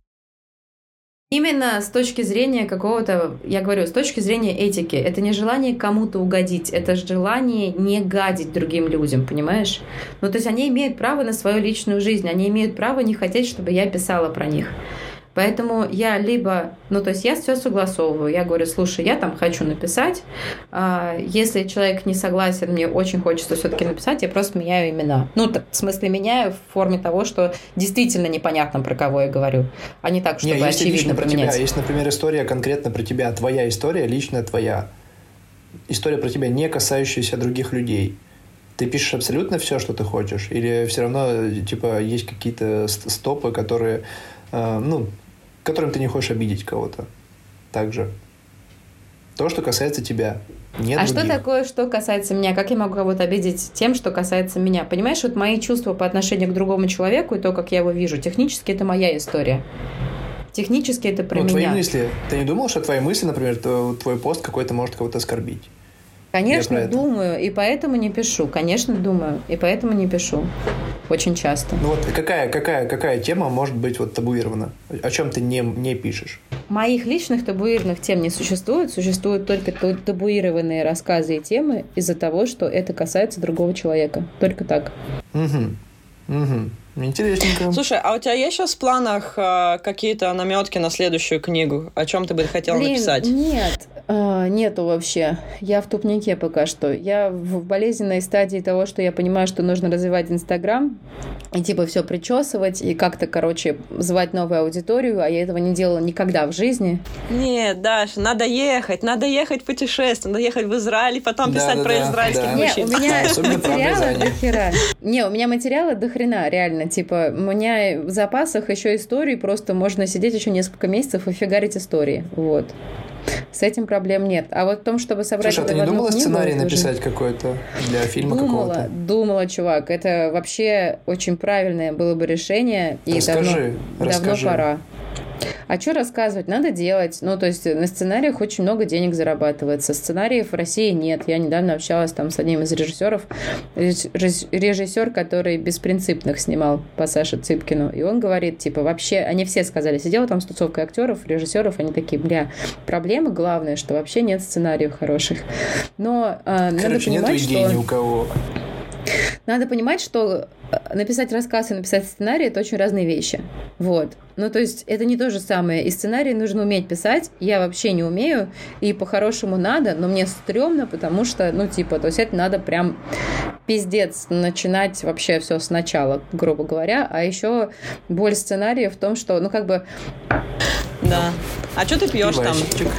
Именно с точки зрения какого-то, я говорю, с точки зрения этики, это не желание кому-то угодить, это желание не гадить другим людям, понимаешь? Ну, то есть они имеют право на свою личную жизнь, они имеют право не хотеть, чтобы я писала про них. Поэтому я либо, ну, то есть я все согласовываю, я говорю, слушай, я там хочу написать, а, если человек не согласен, мне очень хочется все-таки написать, я просто меняю имена. Ну, так, в смысле меняю в форме того, что действительно непонятно, про кого я говорю, а не так, чтобы не, очевидно про поменять. Тебя. Есть, например, история конкретно про тебя, твоя история, личная твоя. История про тебя, не касающаяся других людей. Ты пишешь абсолютно все, что ты хочешь? Или все равно, типа, есть какие-то стопы, которые... ну, которым ты не хочешь обидеть кого-то. Также. То, что касается тебя. Нет а других. Что такое, что касается меня? Как я могу кого-то обидеть тем, что касается меня? Понимаешь, вот мои чувства по отношению к другому человеку и то, как я его вижу, технически это моя история. Технически это про ну, меня. Твои мысли. Ты не думал, что твои мысли, например, твой пост какой-то может кого-то оскорбить? Конечно, думаю, и поэтому не пишу. Конечно, думаю, и поэтому не пишу. Очень часто. Ну вот какая, какая, какая тема может быть вот табуирована? О чем ты не, не пишешь? Моих личных табуированных тем не существует. Существуют только табуированные рассказы и темы из-за того, что это касается другого человека. Только так. Угу. Угу. Интересненько. Слушай, а у тебя есть сейчас в планах э, какие-то наметки на следующую книгу? О чем ты бы хотела Блин, написать? Нет, э, нету вообще. Я в тупнике пока что. Я в болезненной стадии того, что я понимаю, что нужно развивать Инстаграм и типа все причесывать и как-то, короче, звать новую аудиторию, а я этого не делала никогда в жизни. Нет, Даша, надо ехать, надо ехать путешествовать, надо ехать в Израиль и потом да, писать да, про да, израильских да. мужчин. Не, у меня материала до хера. Не, у меня материала до хрена, реально. Типа, у меня в запасах еще истории, просто можно сидеть еще несколько месяцев и фигарить истории. Вот. С этим проблем нет. А вот в том, чтобы собрать... Слушай, а ты не думала книгу, сценарий написать уже... какой-то для фильма думала, какого-то? Думала, чувак. Это вообще очень правильное было бы решение. И расскажи, давно, расскажи. давно пора. А что рассказывать? Надо делать. Ну, то есть на сценариях очень много денег зарабатывается. Сценариев в России нет. Я недавно общалась там с одним из режиссеров. Режиссер, который «Беспринципных» снимал по Саше Цыпкину. И он говорит, типа, вообще... Они все сказали, сидела там с тусовкой актеров, режиссеров, они такие, бля, проблема главная, что вообще нет сценариев хороших. Но э, Короче, надо понимать, нету идей что... ни у кого. Надо понимать, что написать рассказ и написать сценарий – это очень разные вещи. Вот. Ну, то есть, это не то же самое. И сценарий нужно уметь писать. Я вообще не умею. И по-хорошему надо, но мне стрёмно, потому что, ну, типа, то есть, это надо прям пиздец начинать вообще все сначала, грубо говоря. А еще боль сценария в том, что, ну, как бы... Да. А что ты пьешь там?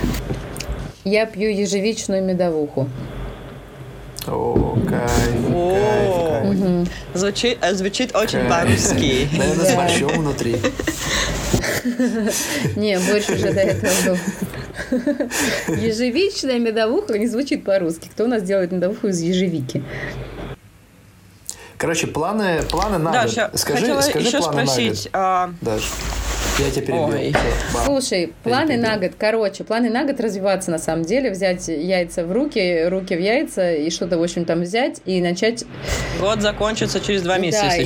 Я пью ежевичную медовуху. О, кайф, О, кайф, кайф. Угу. Звучит, звучит очень по-русски. Наверное, с борщом внутри. Не, борщ уже до этого был. Ежевичная медовуха не звучит по-русски. Кто у нас делает медовуху из ежевики? Короче, планы, планы на Даша, год. Скажи, хотела скажи еще планы спросить. на год. А... Даша. Я тебя перебил. Слушай, планы на год. Короче, планы на год развиваться на самом деле, взять яйца в руки, руки в яйца и что-то, в общем, там взять и начать... Год закончится через два месяца. Да,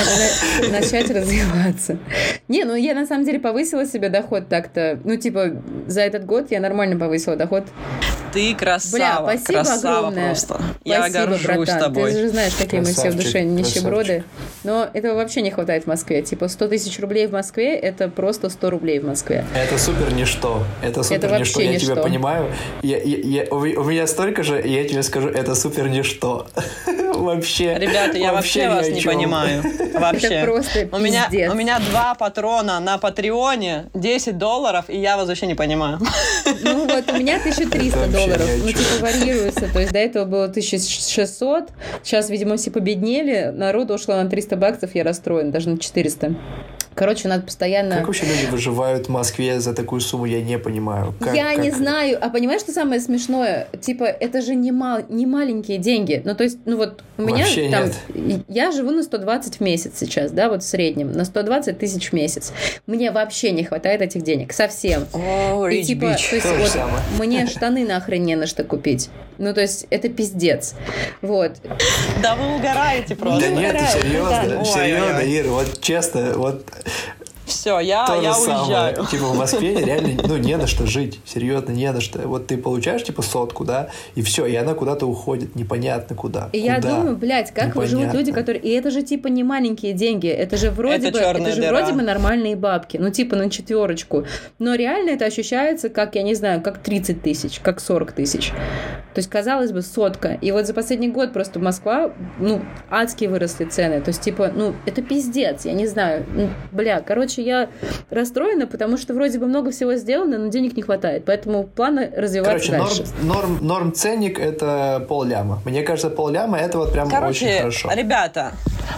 и начать развиваться. Не, ну я на самом деле повысила себе доход так-то. Ну, типа, за этот год я нормально повысила доход. Ты красава. Бля, спасибо красава огромное. Просто. Спасибо, Я горжусь братан. тобой. Ты же знаешь, какие Красавчик, мы все в душе нищеброды. красавчик. Но этого вообще не хватает в Москве. Типа сто тысяч рублей в Москве — это просто сто рублей в Москве. Это супер ничто. Это супер Это ничто, вообще я ничто. тебя понимаю. Я, я, я, у у меня столько же, и я тебе скажу, это супер ничто. Вообще. Ребята, я вообще, ни вас о не чем. понимаю. Вообще. Это просто у меня, пиздец. у меня два патрона на Патреоне, десять долларов, и я вас вообще не понимаю. Ну вот, у меня тысяча триста Это вообще долларов. ни о Ну, чем. типа, варьируется. То есть до этого было тысяча шестьсот. Сейчас, видимо, все победнели. Народу ушло на триста баксов, я расстроен, даже на четыреста. Короче, надо постоянно... Как вообще люди выживают в Москве за такую сумму, я не понимаю. Как- я не как- знаю. А понимаешь, что самое смешное? Типа, это же не, мал... не маленькие деньги. Ну, то есть, ну вот у меня Вообще там... нет. Я живу на сто двадцать в месяц сейчас, да, вот в среднем. На сто двадцать тысяч в месяц. Мне вообще не хватает этих денег. Совсем. О, И rich типа, bitch. то есть, То же вот самое. мне штаны нахрен не на что купить. Ну, то есть, это пиздец. Вот. Да вы угораете Да просто. Не нет, угораю, серьезно, да. серьезно, Ой-ой-ой. Ир, вот честно, вот Все, я, то я же самое. уезжаю. Типа в Москве реально, ну, не на что жить, серьезно, не на что. Вот ты получаешь, типа, сотку, да, и все, и она куда-то уходит, непонятно куда. И я Куда? думаю, блядь, как Непонятно. живут люди, которые... И это же, типа, не маленькие деньги. Это же вроде Это бы... чёрная Это же дыра. вроде бы нормальные бабки. Ну, типа, на четверочку. Но реально это ощущается как, я не знаю, как тридцать тысяч, как сорок тысяч. То есть, казалось бы, сотка. И вот за последний год просто Москва, ну, адски выросли цены. То есть, типа, ну, это пиздец, я не знаю. Ну, бля, короче, я расстроена, потому что вроде бы много всего сделано, но денег не хватает. Поэтому планы развиваться Короче, норм, дальше. норм, норм ценник это полляма. Мне кажется, полляма это вот прям очень Короче, хорошо. ребята,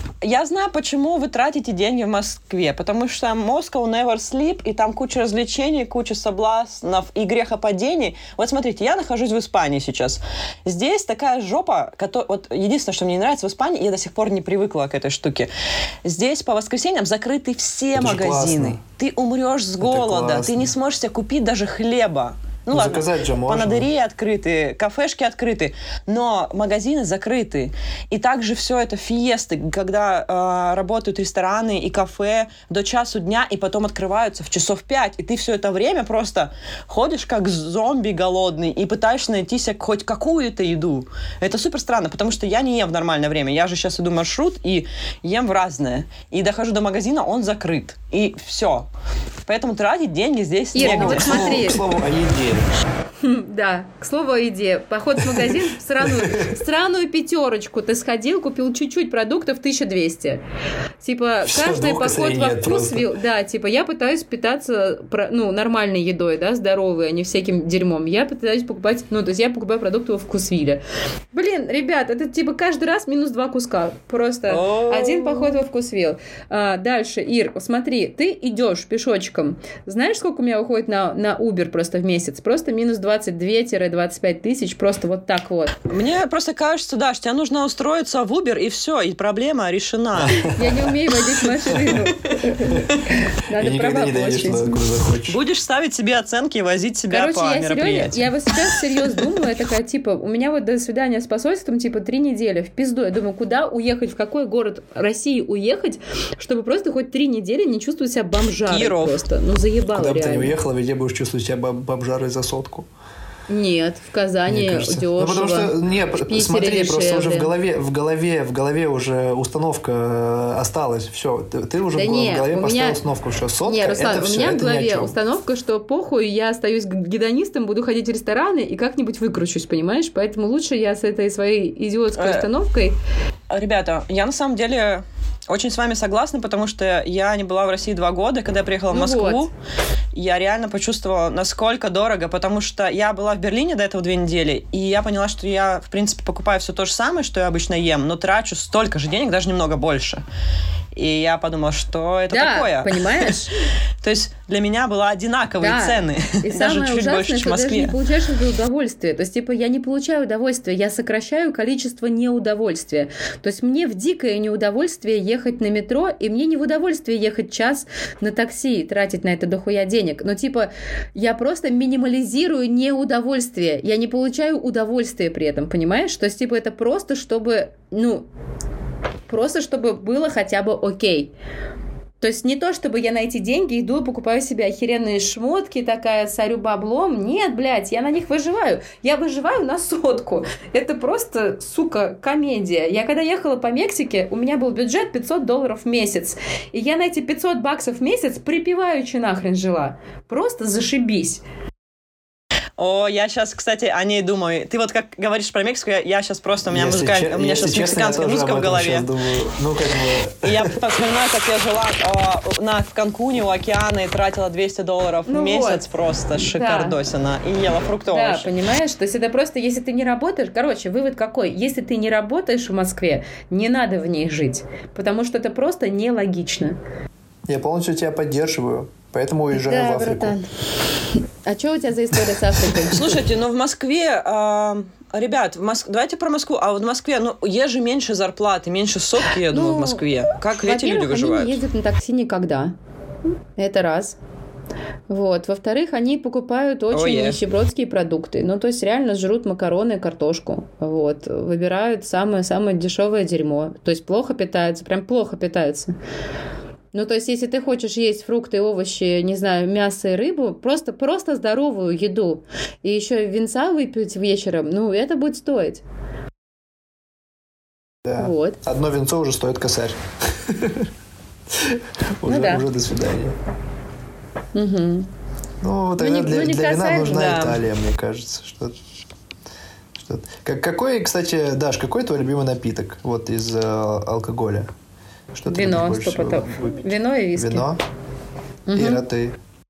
я знаю, почему вы тратите деньги в Москве. Потому что Moscow never sleep, и там куча развлечений, куча соблазнов и грехопадений. Вот смотрите, я нахожусь в Испании сейчас. Здесь такая жопа, которая... Вот единственное, что мне не нравится в Испании, я до сих пор не привыкла к этой штуке. Здесь по воскресеньям закрыты все Это же магазины. классно. Ты умрешь с голода, классно. ты не сможешь себе купить даже хлеба. Ну, Ну, ладно, заказать же можно. панадерии открыты, кафешки открыты, но магазины закрыты. И также все это фиесты, когда э, работают рестораны и кафе до часу дня, и потом открываются в часов пять. И ты все это время просто ходишь как зомби голодный и пытаешься найти себе хоть какую-то еду. Это супер странно, потому что я не ем в нормальное время. Я же сейчас иду маршрут и ем в разное. И дохожу до магазина, он закрыт. И все. Поэтому тратить деньги здесь Ир, ну негде. вот смотри. К слову о еде. Да, к слову о еде. Поход в магазин в сраную, в сраную пятерочку. Ты сходил, купил чуть-чуть продуктов тысяча двести. Типа, Всё, каждый двух поход косарей во нет вкусвилл. Да, типа, я пытаюсь питаться про- ну, нормальной едой, да, здоровой, а не всяким дерьмом. Я пытаюсь покупать, ну, то есть я покупаю продукты во вкусвилле. Блин, ребят, это типа каждый раз минус два куска. Просто О. один поход во вкусвилл. А, дальше, Ир, смотри, ты идешь пешочком. Знаешь, сколько у меня уходит на, на Uber просто в месяц? Просто минус двадцать две - двадцать пять тысяч, просто вот так вот. Мне просто кажется, да, что тебе нужно устроиться в Uber, и все, и проблема решена. Я не умею водить машину. И Надо никогда права не доедешь туда, получить. куда захочешь. Будешь ставить себе оценки и возить себя Короче, по я серьезно, мероприятиям. я вот сейчас серьезно думаю, я такая, типа, у меня вот до свидания с посольством, типа, три недели в пизду. Я думаю, куда уехать, в какой город России уехать, чтобы просто хоть три недели не чувствовать себя бомжарой Киров. просто. Ну, заебало Куда бы ты ни реально. уехала, везде будешь чувствовать себя бом- бомжарой за сотку. Нет, в Казани Мне кажется. дешево. Ну, потому что, не, в Питере смотри, просто уже дешевле. в голове, в голове, в голове уже установка э, осталась. Все, ты, ты уже Да в, не, в голове у поставил меня- установку, что сотка, Не, Руслан, это у все, меня это в ни о голове чем. установка, что похуй, я остаюсь г- гедонистом, буду ходить в рестораны и как-нибудь выкручусь, понимаешь? Поэтому лучше я с этой своей идиотской Э. установкой... Ребята, я на самом деле очень с вами согласна, потому что я не была в России два года. Когда я приехала в Ну Москву, вот. я реально почувствовала, насколько дорого, потому что я была в Берлине до этого две недели, и я поняла, что я, в принципе, покупаю все то же самое, что я обычно ем, но трачу столько же денег, даже немного больше. И я подумала, что это да, такое. Понимаешь? То есть для меня было одинаковые да. цены. И даже самое чуть ужасное, больше, чем в что Москве. даже не получаешь это удовольствие. То есть, типа, я не получаю удовольствия, я сокращаю количество неудовольствия. То есть мне в дикое неудовольствие ехать на метро, и мне не в удовольствие ехать час на такси и тратить на это дохуя денег. Но, типа, я просто минимализирую неудовольствие. Я не получаю удовольствия при этом, понимаешь? То есть, типа, это просто, чтобы, ну, просто чтобы было хотя бы окей. То есть не то, чтобы я на эти деньги иду и покупаю себе охеренные шмотки, такая сорю баблом. Нет, блядь, я на них выживаю. Я выживаю на сотку. Это просто, сука, комедия. Я когда ехала по Мексике, у меня был бюджет пятьсот долларов в месяц. И я на эти пятьсот баксов в месяц припеваючи нахрен жила. Просто зашибись. О, я сейчас, кстати, о ней думаю. Ты вот как говоришь про Мексику, я, я сейчас просто, у меня, музыка... че... у меня сейчас мексиканская музыка в голове. Ну, как бы... И я вспоминаю, как я жила о, на, в Канкуне у океана и тратила двести долларов ну в месяц, вот. просто шикардосина. Да. И ела фрукты, да, овощи. Понимаешь? То есть это просто, если ты не работаешь... Короче, вывод какой? Если ты не работаешь в Москве, не надо в ней жить. Потому что это просто нелогично. Я полностью тебя поддерживаю. Поэтому уезжаю да, в Африку. Братан. А что у тебя за история с Африкой? Слушайте, ну в Москве, э, ребят, в Моск... давайте про Москву. А вот в Москве, ну, есть же меньше зарплаты, меньше сотки, я думаю, ну, в Москве. Как эти люди выживают? Они не ездят на такси никогда. Это раз. Вот. Во-вторых, они покупают очень oh, yeah. нищебродские продукты. Ну, то есть реально жрут макароны и картошку. Вот. Выбирают самое-самое дешевое дерьмо. То есть плохо питаются, прям плохо питаются. Ну, то есть, если ты хочешь есть фрукты, овощи, не знаю, мясо и рыбу, просто, просто здоровую еду, и еще винца выпить вечером, ну, это будет стоить. Да. Вот. Одно винцо уже стоит косарь. Уже до свидания. Ну, тогда для вина нужна Италия, мне кажется. Какой, кстати, Даш, какой твой любимый напиток вот из алкоголя? Что Вино, сто потом. Вино и виски. Вино. Угу. Ира, ты?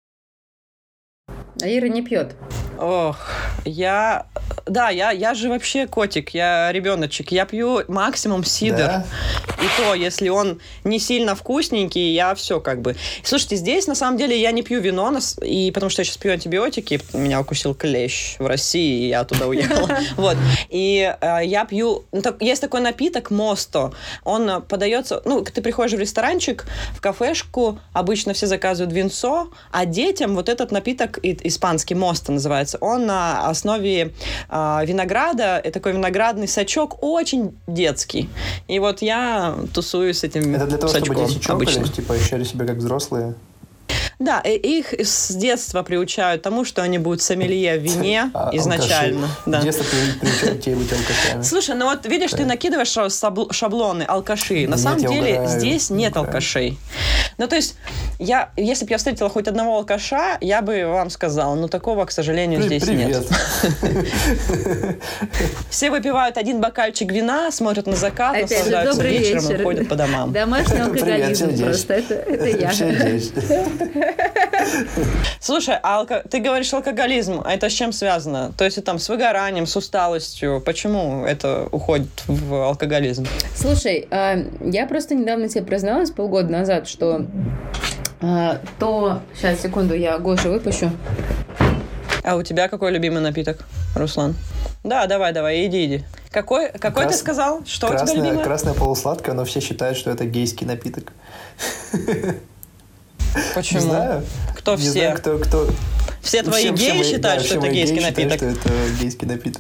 А Ира не пьет. Ох, я... Да, я, я же вообще котик, я ребеночек. Я пью максимум сидр. Да? И то, если он не сильно вкусненький, я все как бы... Слушайте, здесь на самом деле я не пью вино, и потому что я сейчас пью антибиотики, меня укусил клещ в России, и я туда уехала. Вот. И я пью... Есть такой напиток Мосто. Он подается... Ну, ты приходишь в ресторанчик, в кафешку, обычно все заказывают винцо, а детям вот этот напиток испанский Мосто называется. Он на основе винограда, и такой виноградный сачок, очень детский. И вот я тусуюсь с этим Это для того, сачком, чтобы дети чокались, типа, ощущали себя как взрослые? Да, и их с детства приучают тому, что они будут сомелье в вине а, изначально. Да. С детства приучают тебя быть алкашами. Слушай, ну вот видишь, да. ты накидываешь шаблоны алкаши. На нет, самом деле угораю, здесь нет угораю. алкашей. Ну то есть, я, если бы я встретила хоть одного алкаша, я бы вам сказала, но такого, к сожалению, При- здесь привет. нет. Все выпивают один бокальчик вина, смотрят на закат, наслаждаются вечером и ходят по домам. Домашний алкоголизм просто, это я. Слушай, а алко... ты говоришь алкоголизм, а это с чем связано? То есть там с выгоранием, с усталостью? Почему это уходит в алкоголизм? Слушай, я просто недавно тебе призналась, полгода назад, что то... Сейчас, секунду, я Гошу выпущу. А у тебя какой любимый напиток, Руслан? Да, давай, давай, иди, иди. Какой, какой Крас... ты сказал? Что красное, у тебя любимое? Красное полусладкое, но все считают, что это гейский напиток. Почему? Не знаю. Кто не все? Знаю, кто, кто... Все твои все, геи все считают, да, что это гейский напиток? Считают, что это гейский напиток.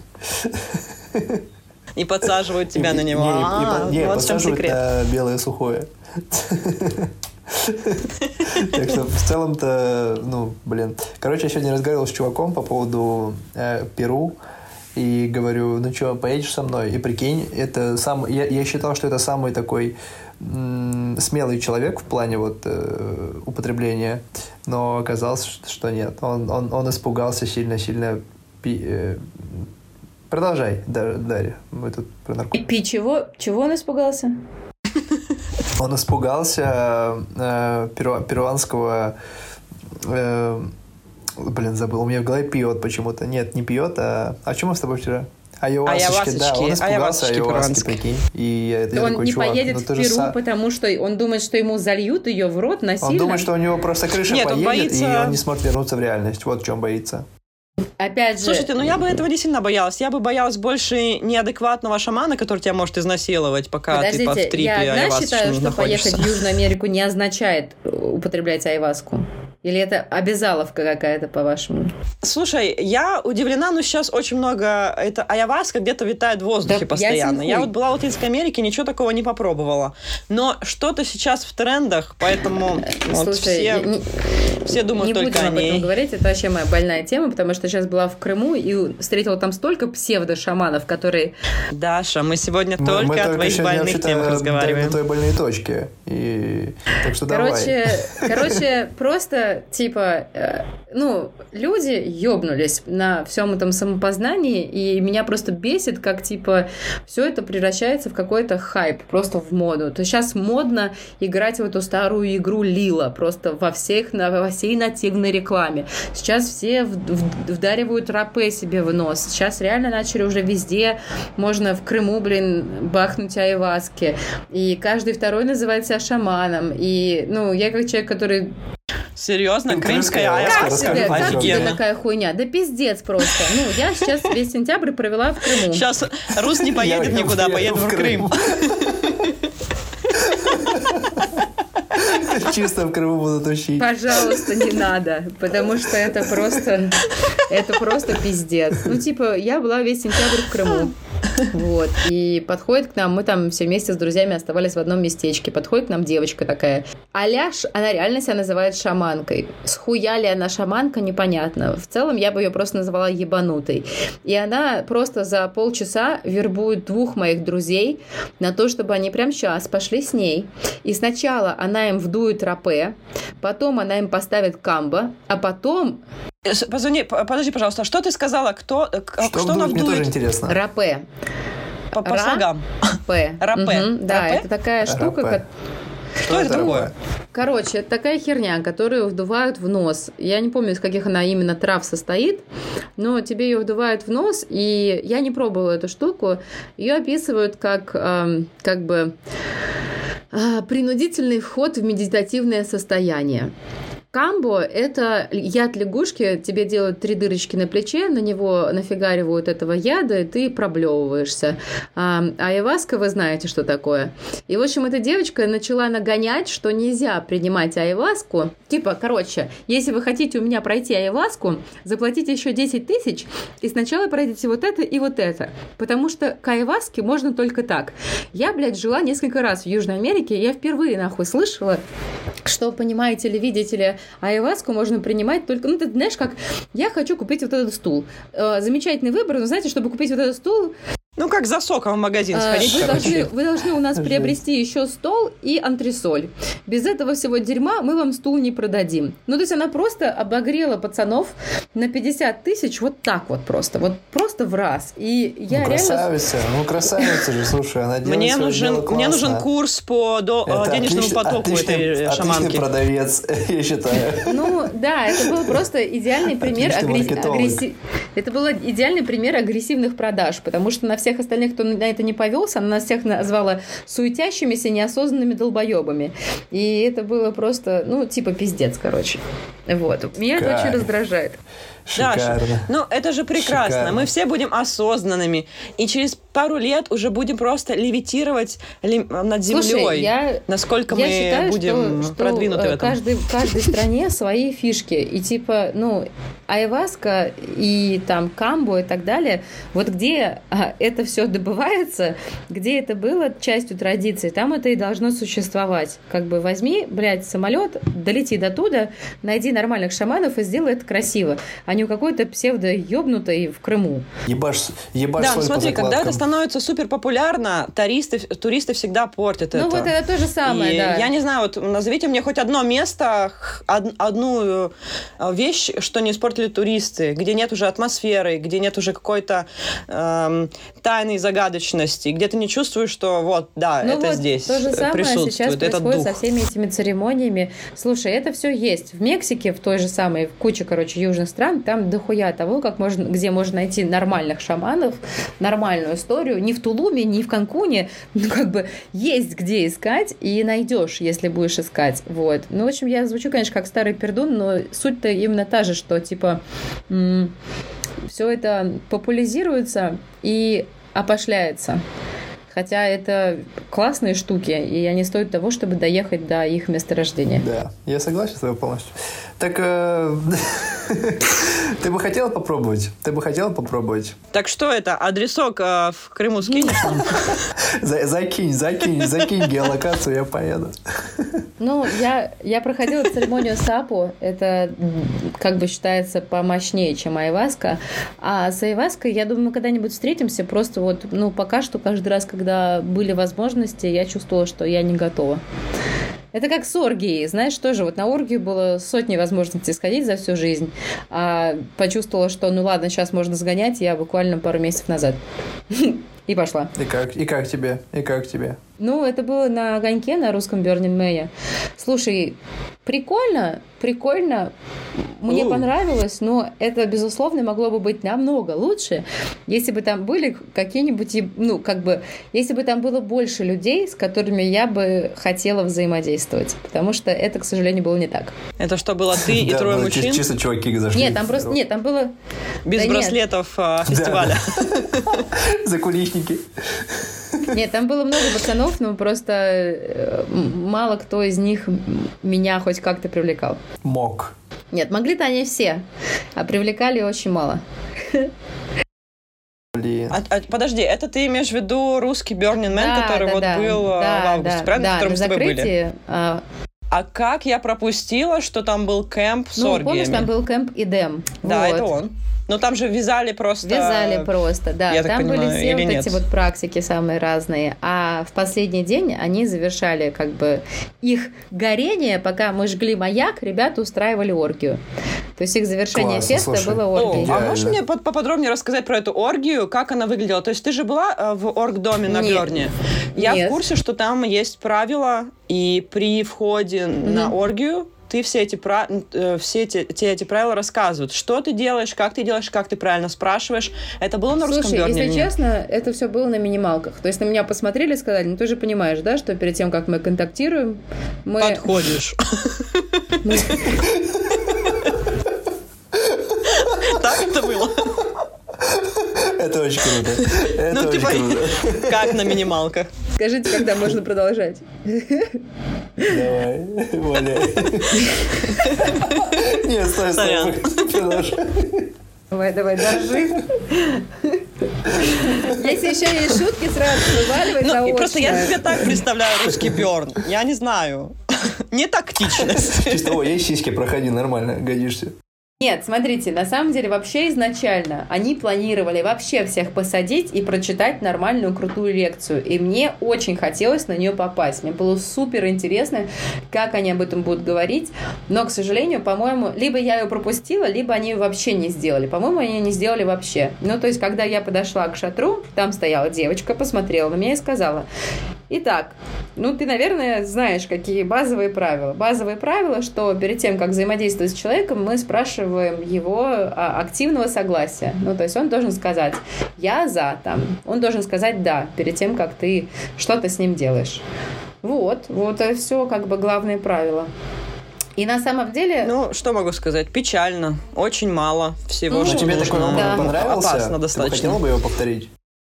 И подсаживают тебя и, на него. Не, а, не, не вот подсаживают на белое сухое. Так что в целом-то, ну, блин. Короче, я сегодня разговаривал с чуваком по поводу э, Перу. И говорю, ну что, поедешь со мной? И прикинь, это сам, я, я считал, что это самый такой м- смелый человек в плане вот э, употребления, но оказалось, что нет. Он, он, он испугался сильно-сильно. Пи- э- Продолжай, Дарья. Мы тут про наркотики. Пи чего? Чего он испугался? Он испугался э, перу, перуанского... Э, Блин, забыл. У меня в голове пьет почему-то. Нет, не пьет, а... А о чем мы с тобой вчера? Айавасочки, да, он испугался айаваски, прикинь. И это он такой, не чувак, поедет ну, в Перу, сам... потому что он думает, что ему зальют ее в рот насильно. Он думает, что у него просто крыша Нет, поедет, боится... и он не сможет вернуться в реальность. Вот в чем боится. Опять же... Слушайте, ну я бы этого не сильно боялась. Я бы боялась больше неадекватного шамана, который тебя может изнасиловать, пока Подождите, ты в трипе я одна считаю, что находишься. Поехать в Южную Америку не означает употреблять айваску. Или это обязаловка какая-то, по-вашему? Слушай, я удивлена, но сейчас очень много... Это айаваска где-то витает в воздухе да, постоянно. Я вот была в Латинской Америке, ничего такого не попробовала. Но что-то сейчас в трендах, поэтому вот Слушай, все, не, все думают не только о ней. Не будем об этом говорить, это вообще моя больная тема, потому что сейчас была в Крыму и встретила там столько псевдо-шаманов, которые... Даша, мы сегодня мы, только мы о только твоих больных темах разговариваем. На твоей больной точке. И... Так что короче, давай. Короче, просто типа, э, ну, люди ёбнулись на всем этом самопознании, и меня просто бесит, как, типа, все это превращается в какой-то хайп, просто в моду. То есть сейчас модно играть в эту старую игру Лила, просто во всех, на, во всей нативной рекламе. Сейчас все в, в, вдаривают рапе себе в нос. Сейчас реально начали уже везде, можно в Крыму, блин, бахнуть айваски. И каждый второй называет себя шаманом. И, ну, я как человек, который... Серьезно? Крымская айваска? Как тебе, как тебе Офигенно. такая хуйня? Да пиздец просто. Ну, я сейчас весь сентябрь провела в Крыму. Сейчас Рус не поедет я, никуда, я поедет в Крым. Чисто в Крыму будут учить. Пожалуйста, не надо, потому что это просто... Это просто пиздец. Ну, типа, я была весь сентябрь в Крыму. Вот. И подходит к нам, мы там все вместе с друзьями оставались в одном местечке. Подходит к нам девочка такая. Аляш, она реально себя называет шаманкой. Схуя ли она шаманка, непонятно. В целом, я бы ее просто называла ебанутой. И она просто за полчаса вербует двух моих друзей на то, чтобы они прямо сейчас пошли с ней. И сначала она им вдует рапе, потом она им поставит камбо, а потом... Позвони, подожди, пожалуйста, что ты сказала? Кто, что что она вдует? Мне тоже интересно. Рапе. По, по слогам. Рапе. Рапе. Угу, да, Рапе? это такая штука, как... Что это такое? Короче, это такая херня, которую вдувают в нос. Я не помню, из каких она именно трав состоит, но тебе ее вдувают в нос, и я не пробовала эту штуку. Ее описывают как, э, как бы э, принудительный вход в медитативное состояние. Камбо – это яд лягушки, тебе делают три дырочки на плече, на него нафигаривают этого яда, и ты проблевываешься. А айваска, вы знаете, что такое. И, в общем, эта девочка начала нагонять, что нельзя принимать айваску. Типа, короче, если вы хотите у меня пройти айваску, заплатите еще десять тысяч, и сначала пройдите вот это и вот это. Потому что к айваске можно только так. Я, блядь, жила несколько раз в Южной Америке, и я впервые, нахуй, слышала, что, понимаете ли, видите ли, айваску можно принимать только... Ну, ты знаешь, как я хочу купить вот этот стул. Э, замечательный выбор, но, знаете, чтобы купить вот этот стул... Ну, как за соком в магазин сходить. Вы должны, вы должны у нас приобрести еще стол и антресоль. Без этого всего дерьма мы вам стул не продадим. Ну, то есть она просто обогрела пацанов на пятьдесят тысяч вот так вот просто. Вот просто в раз. И я ну, реально... красавица, ну, красавица же, слушай, она делает мне свое нужен, дело мне нужен курс по до, денежному отлично, потоку отличный, этой шаманки. Отличный продавец, я считаю. Ну, да, это был просто идеальный пример агрессив... Это был идеальный пример агрессивных продаж, потому что на всех остальных, кто на это не повелся, она нас всех назвала суетящимися, неосознанными долбоебами. И это было просто, ну, типа пиздец, короче. Вот. Меня Кайф. Это очень раздражает. Даша, ну это же прекрасно. Шикарно. Мы все будем осознанными. И через пару лет уже будем просто левитировать ли, над землей. Слушай, я, насколько я мы считаю, будем что, продвинуты что в этом. Каждый, в каждой стране свои фишки. И типа, ну, айваска и там камбо и так далее, вот где это все добывается, где это было частью традиции, там это и должно существовать. Как бы возьми, блядь, самолет, долети до туда, найди нормальных шаманов и сделай это красиво. А не у какой-то псевдо-ёбнутой в Крыму. Ебашь, ебашь да, ну смотри, когда это становится супер популярно, туристы, туристы всегда портят ну, это. Ну вот это то же самое, и да. Я не знаю, вот назовите мне хоть одно место, од, одну вещь, что не испортили туристы, где нет уже атмосферы, где нет уже какой-то эм, тайной загадочности, где ты не чувствуешь, что вот, да, ну это вот, здесь то же самое сейчас происходит дух. Со всеми этими церемониями. Слушай, это все есть. В Мексике, в той же самой, в куче, короче, южных стран, там дохуя того, как можно, где можно найти нормальных шаманов, нормальную историю. Ни в Тулуме, ни в Канкуне. Ну, как бы есть где искать, и найдешь, если будешь искать. Вот. Ну, в общем, я звучу, конечно, как старый пердун, но суть-то именно та же, что, типа, м- все это популяризируется и опошляется. Хотя это классные штуки, и они стоят того, чтобы доехать до их месторождения. Да, я согласен с тобой полностью. Так, э, ты бы хотела попробовать? Ты бы хотела попробовать? Так что это, адресок э, в Крыму скинешь? Закинь, закинь, закинь геолокацию, я поеду. Ну, я, я проходила церемонию сапу, это как бы считается помощнее, чем айваска. А с айваской, я думаю, мы когда-нибудь встретимся, просто вот, ну, пока что каждый раз, когда были возможности, я чувствовала, что я не готова. Это как с оргией, знаешь, тоже вот на оргию было сотни возможностей сходить за всю жизнь, а почувствовала, что ну ладно, сейчас можно сгонять, я буквально пару месяцев назад. И пошла. И как? И как тебе? И как тебе? Ну, это было на огоньке, на русском Burning Man. Слушай, прикольно, прикольно. Мне У. понравилось, но это, безусловно, могло бы быть намного лучше, если бы там были какие-нибудь, ну, как бы, если бы там было больше людей, с которыми я бы хотела взаимодействовать. Потому что это, к сожалению, было не так. Это что, было ты и трое мужчин? Чисто чуваки зашли. Нет, там просто, нет, там было... Без браслетов фестиваля. Закулисники. Нет, там было много пацанов, но просто мало кто из них меня хоть как-то привлекал. Мог. Нет, могли-то они все, а привлекали очень мало. Блин. А, а, подожди, это ты имеешь в виду русский Burning Man, да, который да, вот да, был да, в августе, да, правильно? Да, в котором на мы с тобой закрытии, были? А... а как я пропустила, что там был кэмп с ну, оргиями? помнишь, там был кэмп Идем. Да, вот. это он. Но там же вязали просто... Вязали просто, да. Я там так понимаю, были все вот нет? эти вот практики самые разные. А в последний день они завершали как бы их горение, пока мы жгли маяк, ребята устраивали оргию. То есть их завершение Классно, феста слушай. было оргией. О, а можешь мне поподробнее рассказать про эту оргию, как она выглядела? То есть ты же была в оргдоме на Нет. Бёрне? Я Нет. в курсе, что там есть правила, и при входе mm-hmm. на оргию ты все эти, все эти, те эти правила рассказывают. Что ты делаешь, как ты делаешь, как ты правильно спрашиваешь. Это было на русском Бёрне? Слушай, если честно, это все было на минималках. То есть на меня посмотрели и сказали, ну ты же понимаешь, да, что перед тем, как мы контактируем, мы... Подходишь. Так это было? Это очень круто. Это ну, очень типа, круто. как на минималках? Скажите, когда можно продолжать? Давай, валяй. Нет, стой, стой. Продолжай. Давай, давай, держи. Если еще есть шутки, сразу вываливай заочно. Ну, просто я себе так представляю русский Бёрн. Я не знаю. Не тактичность. Чисто, о, есть сиськи, проходи, нормально, годишься. Нет, смотрите, на самом деле вообще изначально они планировали вообще всех посадить и прочитать нормальную крутую лекцию. И мне очень хотелось на нее попасть. Мне было супер интересно, как они об этом будут говорить. Но, к сожалению, по-моему, либо я ее пропустила, либо они ее вообще не сделали. По-моему, они ее не сделали вообще. Ну, то есть, когда я подошла к шатру, там стояла девочка, посмотрела на меня и сказала: итак, ну, ты, наверное, знаешь, какие базовые правила. Базовые правила, что перед тем, как взаимодействовать с человеком, мы спрашиваем его активного согласия. Ну, то есть он должен сказать «я за», там. Он должен сказать «да» перед тем, как ты что-то с ним делаешь. Вот, вот это все как бы главные правила. И на самом деле... Ну, что могу сказать? Печально. Очень мало всего, Ну, что тебе нужно. такой опыт Да. понравился? Опасно Ты достаточно. хотела бы его повторить?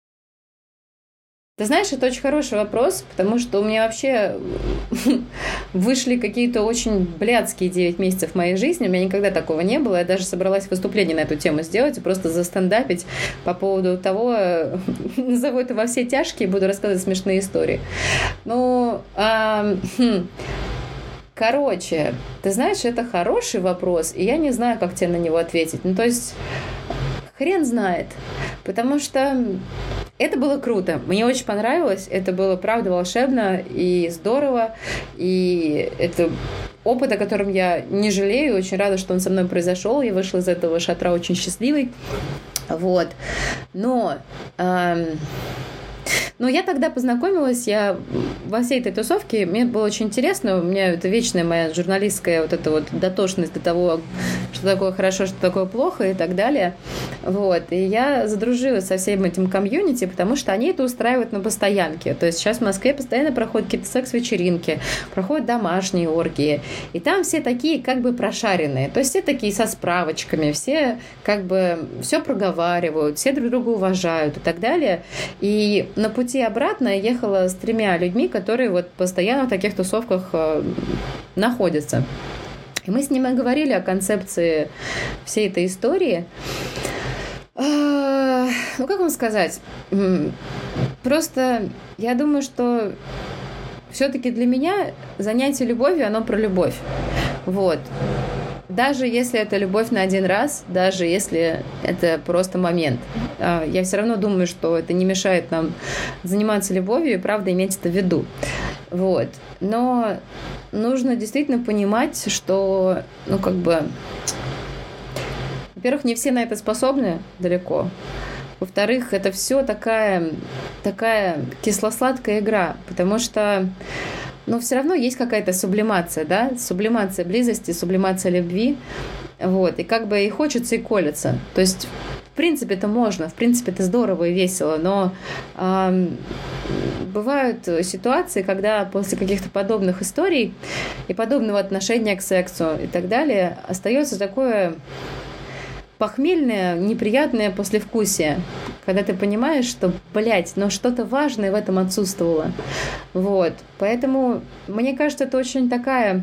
Ты знаешь, это очень хороший вопрос, потому что у меня вообще вышли какие-то очень блядские девять месяцев моей жизни. У меня никогда такого не было. Я даже собралась выступление на эту тему сделать и просто застендапить по поводу того, назову это во все тяжкие, буду рассказывать смешные истории. Ну, а, хм. Короче, ты знаешь, это хороший вопрос, и я не знаю, как тебе на него ответить. Ну, то есть, хрен знает. Потому что это было круто. Мне очень понравилось. Это было, правда, волшебно и здорово. И это опыт, о котором я не жалею. Очень рада, что он со мной произошел. Я вышла из этого шатра очень счастливой. Вот. Но... Эм... Но я тогда познакомилась, я во всей этой тусовке, мне было очень интересно, у меня это вечная моя журналистская вот эта вот дотошность до того, что такое хорошо, что такое плохо и так далее. Вот. И я задружилась со всем этим комьюнити, потому что они это устраивают на постоянке. То есть сейчас в Москве постоянно проходят какие-то секс-вечеринки, проходят домашние оргии, и там все такие как бы прошаренные, то есть все такие со справочками, все как бы все проговаривают, все друг друга уважают и так далее. И на пути обратно я ехала с тремя людьми, которые вот постоянно в таких тусовках э, находятся. И мы с ними говорили о концепции всей этой истории. Э, ну, как вам сказать? Просто я думаю, что все-таки для меня занятие любовью, оно про любовь. Вот. Даже если это любовь на один раз, даже если это просто момент, я все равно думаю, что это не мешает нам заниматься любовью и, правда, иметь это в виду. Вот. Но нужно действительно понимать, что, ну, как бы, во-первых, не все на это способны далеко. Во-вторых, это все такая, такая кисло-сладкая игра, потому что но все равно есть какая-то сублимация, да, сублимация близости, сублимация любви, вот, и как бы и хочется, и колется. То есть, в принципе, это можно, в принципе, это здорово и весело, но э, бывают ситуации, когда после каких-то подобных историй и подобного отношения к сексу и так далее остается такое похмельное, неприятное послевкусие, когда ты понимаешь, что, блядь, но что-то важное в этом отсутствовало. Вот. Поэтому, мне кажется, это очень такая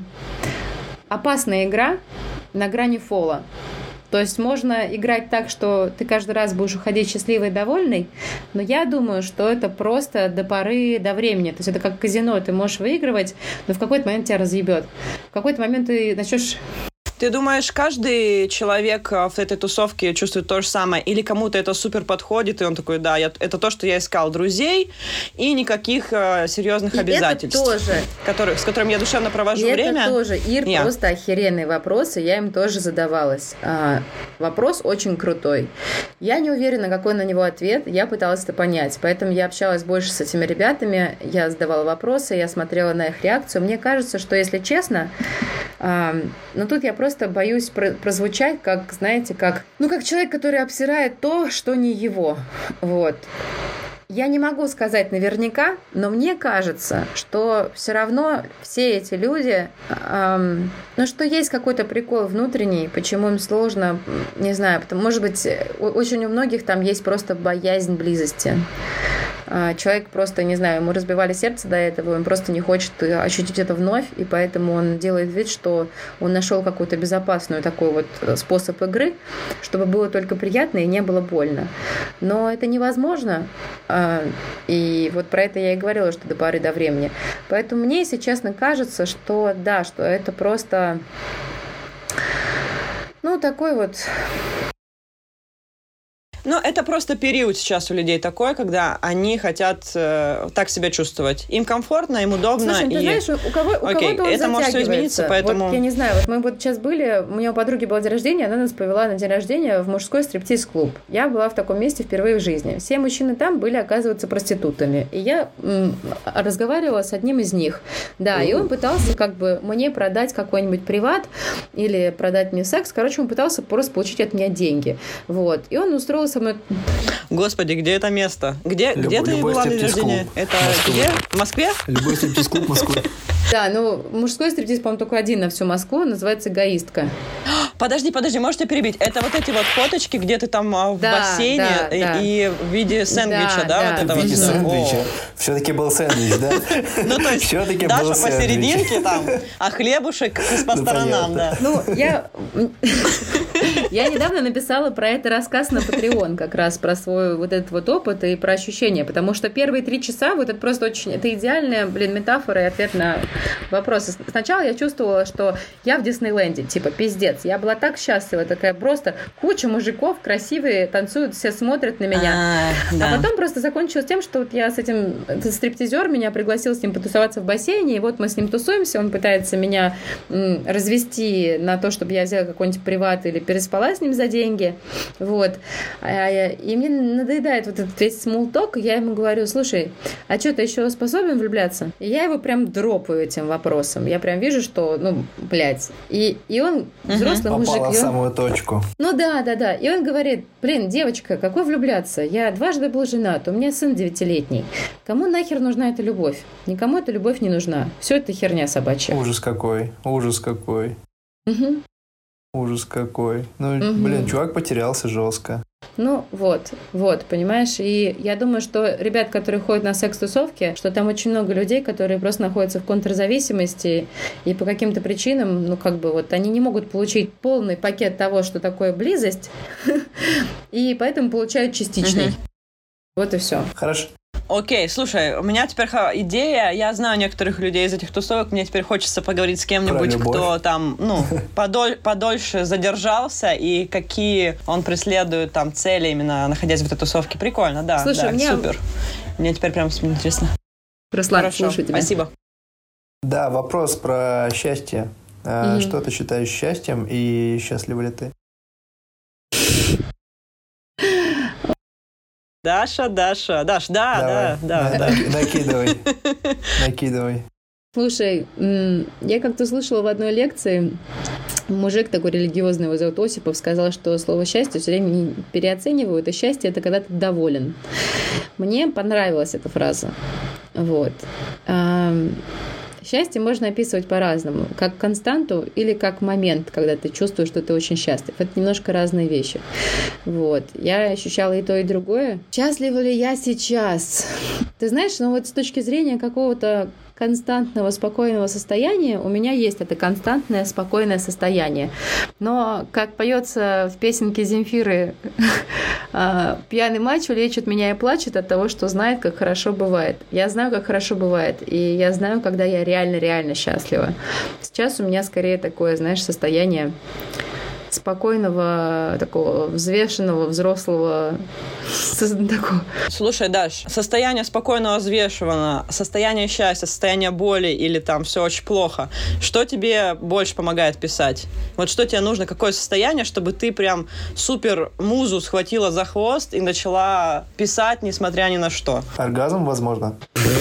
опасная игра на грани фола. То есть можно играть так, что ты каждый раз будешь уходить счастливой и довольной, но я думаю, что это просто до поры до времени. То есть это как казино, ты можешь выигрывать, но в какой-то момент тебя разъебет. В какой-то момент ты начнешь... Ты думаешь, каждый человек в этой тусовке чувствует то же самое? Или кому-то это супер подходит, и он такой, да, я, это то, что я искал, друзей, и никаких э, серьезных и обязательств. Это тоже. Который, с которым я душевно провожу и время. Это тоже, Ир, yeah. просто охеренный вопрос, и я им тоже задавалась. А, вопрос очень крутой. Я не уверена, какой на него ответ, я пыталась это понять, поэтому я общалась больше с этими ребятами, я задавала вопросы, я смотрела на их реакцию. Мне кажется, что, если честно, а, ну тут я просто Просто боюсь прозвучать, как, знаете, как, ну, как человек, который обсирает то, что не его. Вот. Я не могу сказать наверняка, но мне кажется, что все равно все эти люди, эм, ну, что есть какой-то прикол внутренний, почему им сложно, не знаю, потому, может быть, очень у многих там есть просто боязнь близости. Человек просто, не знаю, ему разбивали сердце до этого, он просто не хочет ощутить это вновь, и поэтому он делает вид, что он нашел какую-то безопасную такой вот способ игры, чтобы было только приятно и не было больно. Но это невозможно, и вот про это я и говорила, что до поры до времени. Поэтому мне, если честно, кажется, что да, что это просто, ну, такой вот... Ну, это просто период сейчас у людей такой, когда они хотят э, так себя чувствовать. Им комфортно, им удобно. Слушай, и... ты знаешь, у, кого, у Окей, кого-то он это может все измениться, поэтому... Вот, я не знаю, вот мы вот сейчас были, у меня у подруги был день рождения, она нас повела на день рождения в мужской стриптиз-клуб. Я была в таком месте впервые в жизни. Все мужчины там были, оказывается, проститутами. И я м, разговаривала с одним из них. Да, и он пытался как бы мне продать какой-нибудь приват или продать мне секс. Короче, он пытался просто получить от меня деньги. Вот. И он устроил со мной... Господи, где это место? Где, Люб, где ты была на день рождения? Это где? В Москве? Любой стриптиз-клуб в Москве. Да, ну, мужской стриптиз, по-моему, только один на всю Москву, называется «Эгоистка». Подожди, подожди, можете перебить? Это вот эти вот фоточки, где ты там в да, бассейне да, и, да. и в виде сэндвича, да? Да, вот да. это в виде вот, сэндвича. Все-таки был сэндвич, да? Ну, то есть Все-таки Даша был посерединке там, а хлебушек по сторонам, да. Ну, я... Я недавно написала про это рассказ на Patreon, как раз про свой вот этот вот опыт и про ощущения, потому что первые три часа, вот это просто очень, это идеальная, блин, метафора и ответ на вопросы. Сначала я чувствовала, что я в Диснейленде, типа, пиздец. Я была так счастлива, такая просто куча мужиков красивые, танцуют, все смотрят на меня. А, да. А потом просто закончилось тем, что вот я с этим, этот стриптизер меня пригласил с ним потусоваться в бассейне, и вот мы с ним тусуемся, он пытается меня м, развести на то, чтобы я взяла какой-нибудь приват или переспала с ним за деньги. Вот. И мне надоедает вот этот весь смолток, и я ему говорю: слушай, а что, ты еще способен влюбляться? И я его прям дропаю этим вопросом. Я прям вижу, что, ну, блядь. И, и он взрослый угу. мужик. Попала в он... самую точку. Ну да, да, да. И он говорит: блин, девочка, какой влюбляться? Я дважды был женат, у меня сын девятилетний. Кому нахер нужна эта любовь? Никому эта любовь не нужна. Все это херня собачья. Ужас какой, ужас какой. Угу. Ужас какой. Ну, угу. блин, чувак потерялся жестко. Ну, вот, вот, понимаешь? И я думаю, что ребят, которые ходят на секс-тусовки, что там очень много людей, которые просто находятся в контрзависимости, и по каким-то причинам, ну, как бы вот, они не могут получить полный пакет того, что такое близость, и поэтому получают частичный. Вот и все. Хорошо. Окей, слушай, у меня теперь идея, я знаю некоторых людей из этих тусовок, мне теперь хочется поговорить с кем-нибудь, кто там, ну, подоль, подольше задержался, и какие он преследует там цели, именно находясь в этой тусовке. Прикольно, да, слушай, да, мне... супер. Мне теперь прям интересно. Руслан, хорошо, слушаю тебя. Спасибо. Да, вопрос про счастье. Mm-hmm. Что ты считаешь счастьем, и счастлива ли ты? Даша, Даша, Даш, да, Давай, да, да, на, да. Накидывай, накидывай. Слушай, я как-то слышала в одной лекции, мужик такой религиозный, его зовут Осипов, сказал, что слово «счастье» все время переоценивают, и счастье — это когда ты доволен. Мне понравилась эта фраза. Вот. Счастье можно описывать по-разному, как константу или как момент, когда ты чувствуешь, что ты очень счастлив. Это немножко разные вещи. Вот. Я ощущала и то, и другое. Счастлива ли я сейчас? Ты знаешь, ну вот с точки зрения какого-то константного, спокойного состояния у меня есть это константное, спокойное состояние. Но, как поется в песенке Земфиры, пьяный мачо лечит меня и плачет от того, что знает, как хорошо бывает. Я знаю, как хорошо бывает, и я знаю, когда я реально-реально счастлива. Сейчас у меня скорее такое, знаешь, состояние спокойного, такого взвешенного, взрослого. Такого. Слушай, Даш, состояние спокойного, взвешенного, состояние счастья, состояние боли или там все очень плохо, что тебе больше помогает писать? Вот что тебе нужно, какое состояние, чтобы ты прям супер музу схватила за хвост и начала писать, несмотря ни на что? Оргазм, возможно?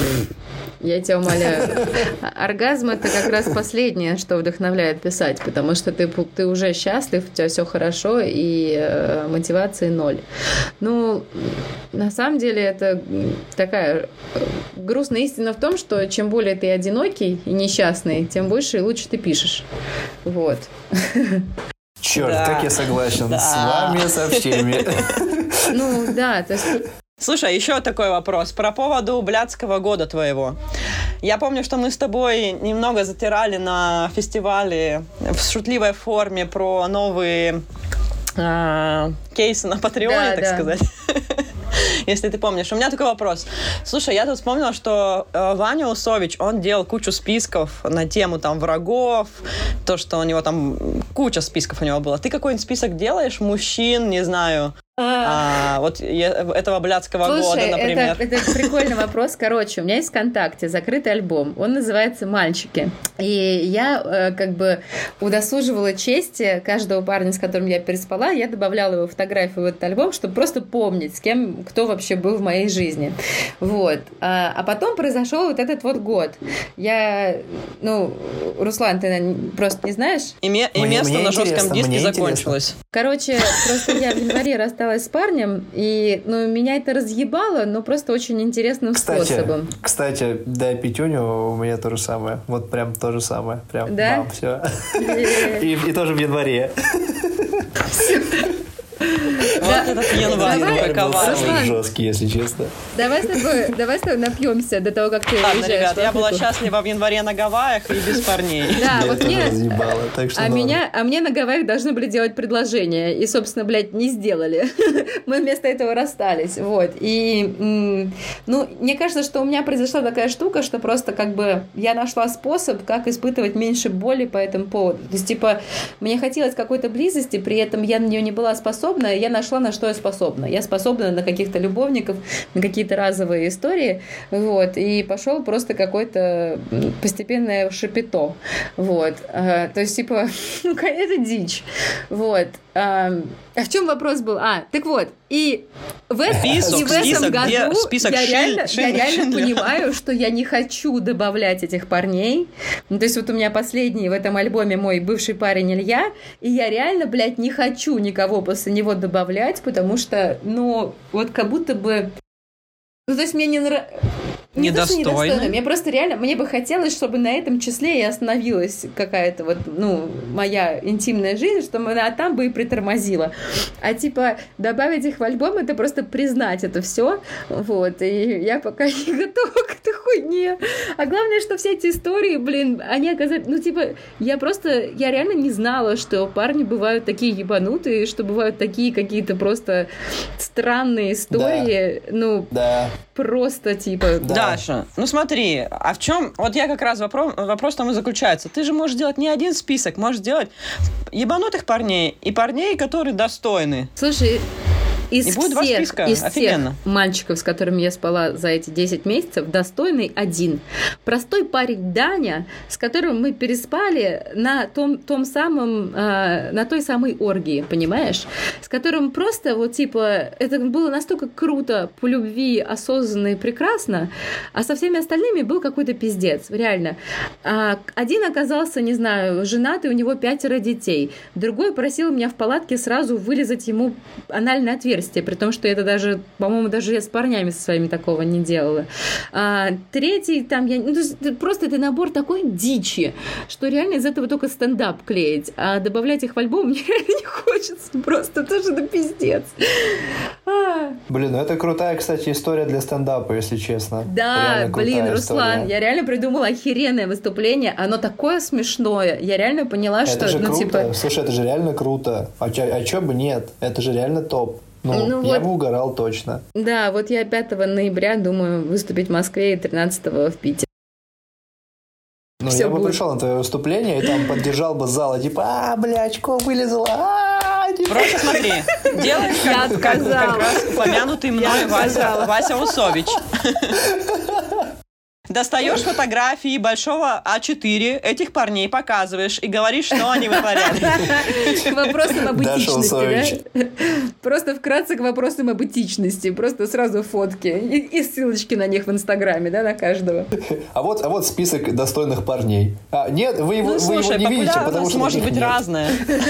Я тебя умоляю. Оргазм — это как раз последнее, что вдохновляет писать, потому что ты, ты уже счастлив, у тебя все хорошо, и э, мотивации ноль. Ну, на самом деле, это такая грустная истина в том, что чем более ты одинокий и несчастный, тем больше и лучше ты пишешь. Вот. Черт, да. как я согласен да. с вами, со всеми. Ну, да, то есть... Слушай, еще такой вопрос про поводу блядского года твоего. Я помню, что мы с тобой немного затирали на фестивале в шутливой форме про новые э, кейсы на Патреоне, да, так да. сказать. Если ты помнишь. У меня такой вопрос. Слушай, я тут вспомнила, что э, Ваня Усович, он делал кучу списков на тему там врагов, то, что у него там куча списков у него было. Ты какой-нибудь список делаешь мужчин, не знаю, а, вот я, этого блядского Слушай, года, например? Это, это прикольный вопрос. Короче, у меня есть ВКонтакте закрытый альбом. Он называется «Мальчики». И я э, как бы удосуживала чести каждого парня, с которым я переспала. Я добавляла его фотографию в этот альбом, чтобы просто помнить, с кем, кто вообще был в моей жизни. Вот. А, а потом произошел вот этот вот год. Я, ну, Руслан, ты просто не знаешь? И, ме- и место на жестком диске закончилось. Короче, просто я в январе рассталась с парнем, и ну, меня это разъебало, но просто очень интересным кстати, способом. Кстати, дай пятюню, у меня то же самое. Вот прям то же самое. Прям, да? Мам, все. И, и тоже в январе. Вот этот январь коварный. Жесткий, если честно. Давай с тобой, давай с тобой напьемся до того, как ты Ладно, уезжаешь. ребят, я была счастлива в январе на Гавайях и без парней. Да, Я вот тоже мне... разъебала, так что А ладно. меня, а мне на Гавайях должны были делать предложение. И, собственно, блядь, не сделали. Мы вместо этого расстались. Вот. И, м, ну, мне кажется, что у меня произошла такая штука, что просто как бы я нашла способ, как испытывать меньше боли по этому поводу. То есть, типа, мне хотелось какой-то близости, при этом я на нее не была способна, и я нашла, на что я способна. Я способна на каких-то любовников, на какие-то разовые истории. Вот. И пошел просто какой-то постепенное шапито. Вот. А, то есть, типа, ну, это дичь. Вот. А, а в чем вопрос был? А, так вот, и в, это, Список, и в этом список, году где список я, Шиль- реально, я Шиль- реально Шиндлера. понимаю, что я не хочу добавлять этих парней. Ну, то есть вот у меня последний в этом альбоме мой бывший парень Илья, и я реально, блядь, не хочу никого после него добавлять, потому что, ну, вот как будто бы... Ну, то есть мне не нравится... Не то, что Недостойно. недостойно. Мне просто реально, мне бы хотелось, чтобы на этом числе и остановилась какая-то вот, ну, моя интимная жизнь, чтобы она там бы и притормозила. А типа добавить их в альбом — это просто признать это все. Вот. И я пока не готова к этой хуйне. А главное, что все эти истории, блин, они оказались... Ну, типа, я просто... Я реально не знала, что парни бывают такие ебанутые, что бывают такие какие-то просто странные истории. Да. Ну, да. Просто, типа... Да. Даша, ну смотри, а в чем... Вот я как раз вопрос, вопрос там и заключается. Ты же можешь делать не один список, можешь делать ебанутых парней и парней, которые достойны. Слушай, из И будет два всех, списка. из Офигенно. всех мальчиков, с которыми я спала за эти десять месяцев, достойный один. Простой парень Даня, с которым мы переспали на том, том самом, э, на той самой оргии, понимаешь? С которым просто вот типа, это было настолько круто, по любви, осознанно и прекрасно, а со всеми остальными был какой-то пиздец, реально. А один оказался, не знаю, женатый, у него пятеро детей. Другой просил меня в палатке сразу вылезать ему анальное отверстие, при том, что это даже, по-моему, даже я с парнями со своими такого не делала. А, третий, там, я, ну, то есть, просто это набор такой дичи, что реально из этого только стендап клеить, а добавлять их в альбом мне реально не хочется, просто тоже это пиздец. А. Блин, ну это крутая, кстати, история для стендапа, если честно. Да, Реально блин, крутая Руслан, история. я реально придумала охеренное выступление, оно такое смешное, я реально поняла, Это что, же ну, круто. типа... Слушай, это же реально круто. А чё, а чё бы нет? Это же реально топ. Ну, Ну я вот. бы угорал точно. Да, вот я пятого ноября думаю выступить в Москве и тринадцатого в Питере. Ну, Всё я бы будет. пришел на твое выступление и там поддержал бы зал, типа, а, бля, очко вылезло, а, типа. Просто смотри, делаешь Я как, как, отказала. как раз упомянутый мной Вася, Вася Усович. Достаешь фотографии большого а четыре этих парней, показываешь и говоришь, что они вытворяли. К вопросам об Даша Усович. этичности, да? Просто вкратце к вопросам об этичности. Просто сразу фотки и, и ссылочки на них в Инстаграме, да, на каждого. А вот, а вот список достойных парней. А, нет, вы его, Ну, вы его слушай, не видите, потому популярность что может таких быть нет. разная.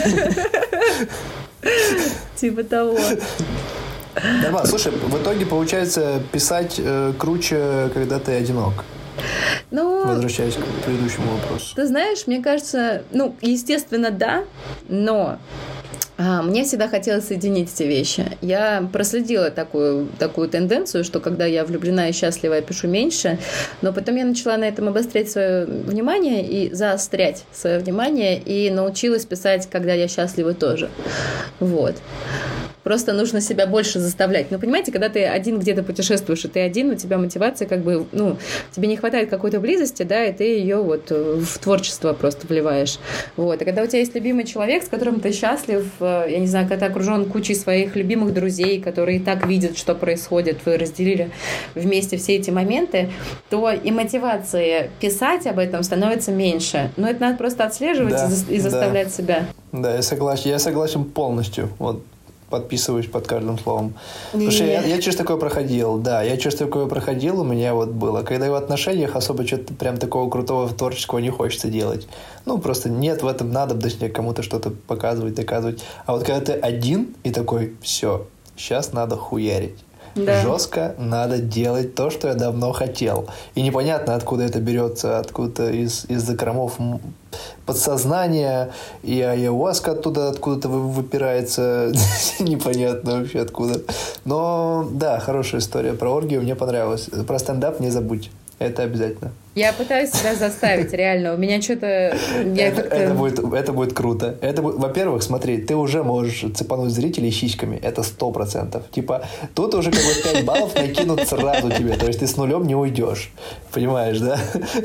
Типа того. Нормально. Слушай, в итоге получается писать э, круче, когда ты одинок. Ну, Возвращаясь к предыдущему вопросу. ты знаешь, мне кажется, ну, естественно, да, но а, мне всегда хотелось соединить эти вещи. Я проследила такую, такую тенденцию, что когда я влюблена и счастлива, я пишу меньше, но потом я начала на этом обострять свое внимание и заострять свое внимание, и научилась писать, когда я счастлива тоже. Вот. Просто нужно себя больше заставлять. Но понимаете, когда ты один где-то путешествуешь, и ты один, у тебя мотивация как бы, ну, тебе не хватает какой-то близости, да, и ты ее вот в творчество просто вливаешь. Вот. И когда у тебя есть любимый человек, с которым ты счастлив, я не знаю, когда ты окружен кучей своих любимых друзей, которые и так видят, что происходит, вы разделили вместе все эти моменты, то и мотивации писать об этом становится меньше. Но это надо просто отслеживать Да, и, за- и заставлять да. себя. Да, я согласен, я согласен полностью. Вот подписываюсь под каждым словом. Потому что я, я через такое проходил, да, я через такое проходил, у меня вот было. Когда в отношениях особо что-то прям такого крутого творческого не хочется делать. Ну, просто нет в этом надобности кому-то что-то показывать, доказывать. А вот когда ты один и такой, все, сейчас надо хуярить. Да. жестко надо делать то, что я давно хотел. И непонятно, откуда это берется, откуда-то из, из закромов подсознания, и айуаска оттуда откуда-то выпирается, непонятно вообще откуда. Но да, хорошая история про оргию, мне понравилась. Про стендап не забудь, это обязательно. Я пытаюсь себя заставить, реально. У меня что-то... Это, это, будет, это будет круто. Это будет, во-первых, смотри, ты уже можешь цепануть зрителей щичками. Это сто процентов. Типа, тут уже как бы пять баллов накинут сразу тебе. То есть ты с нулем не уйдешь. Понимаешь, да?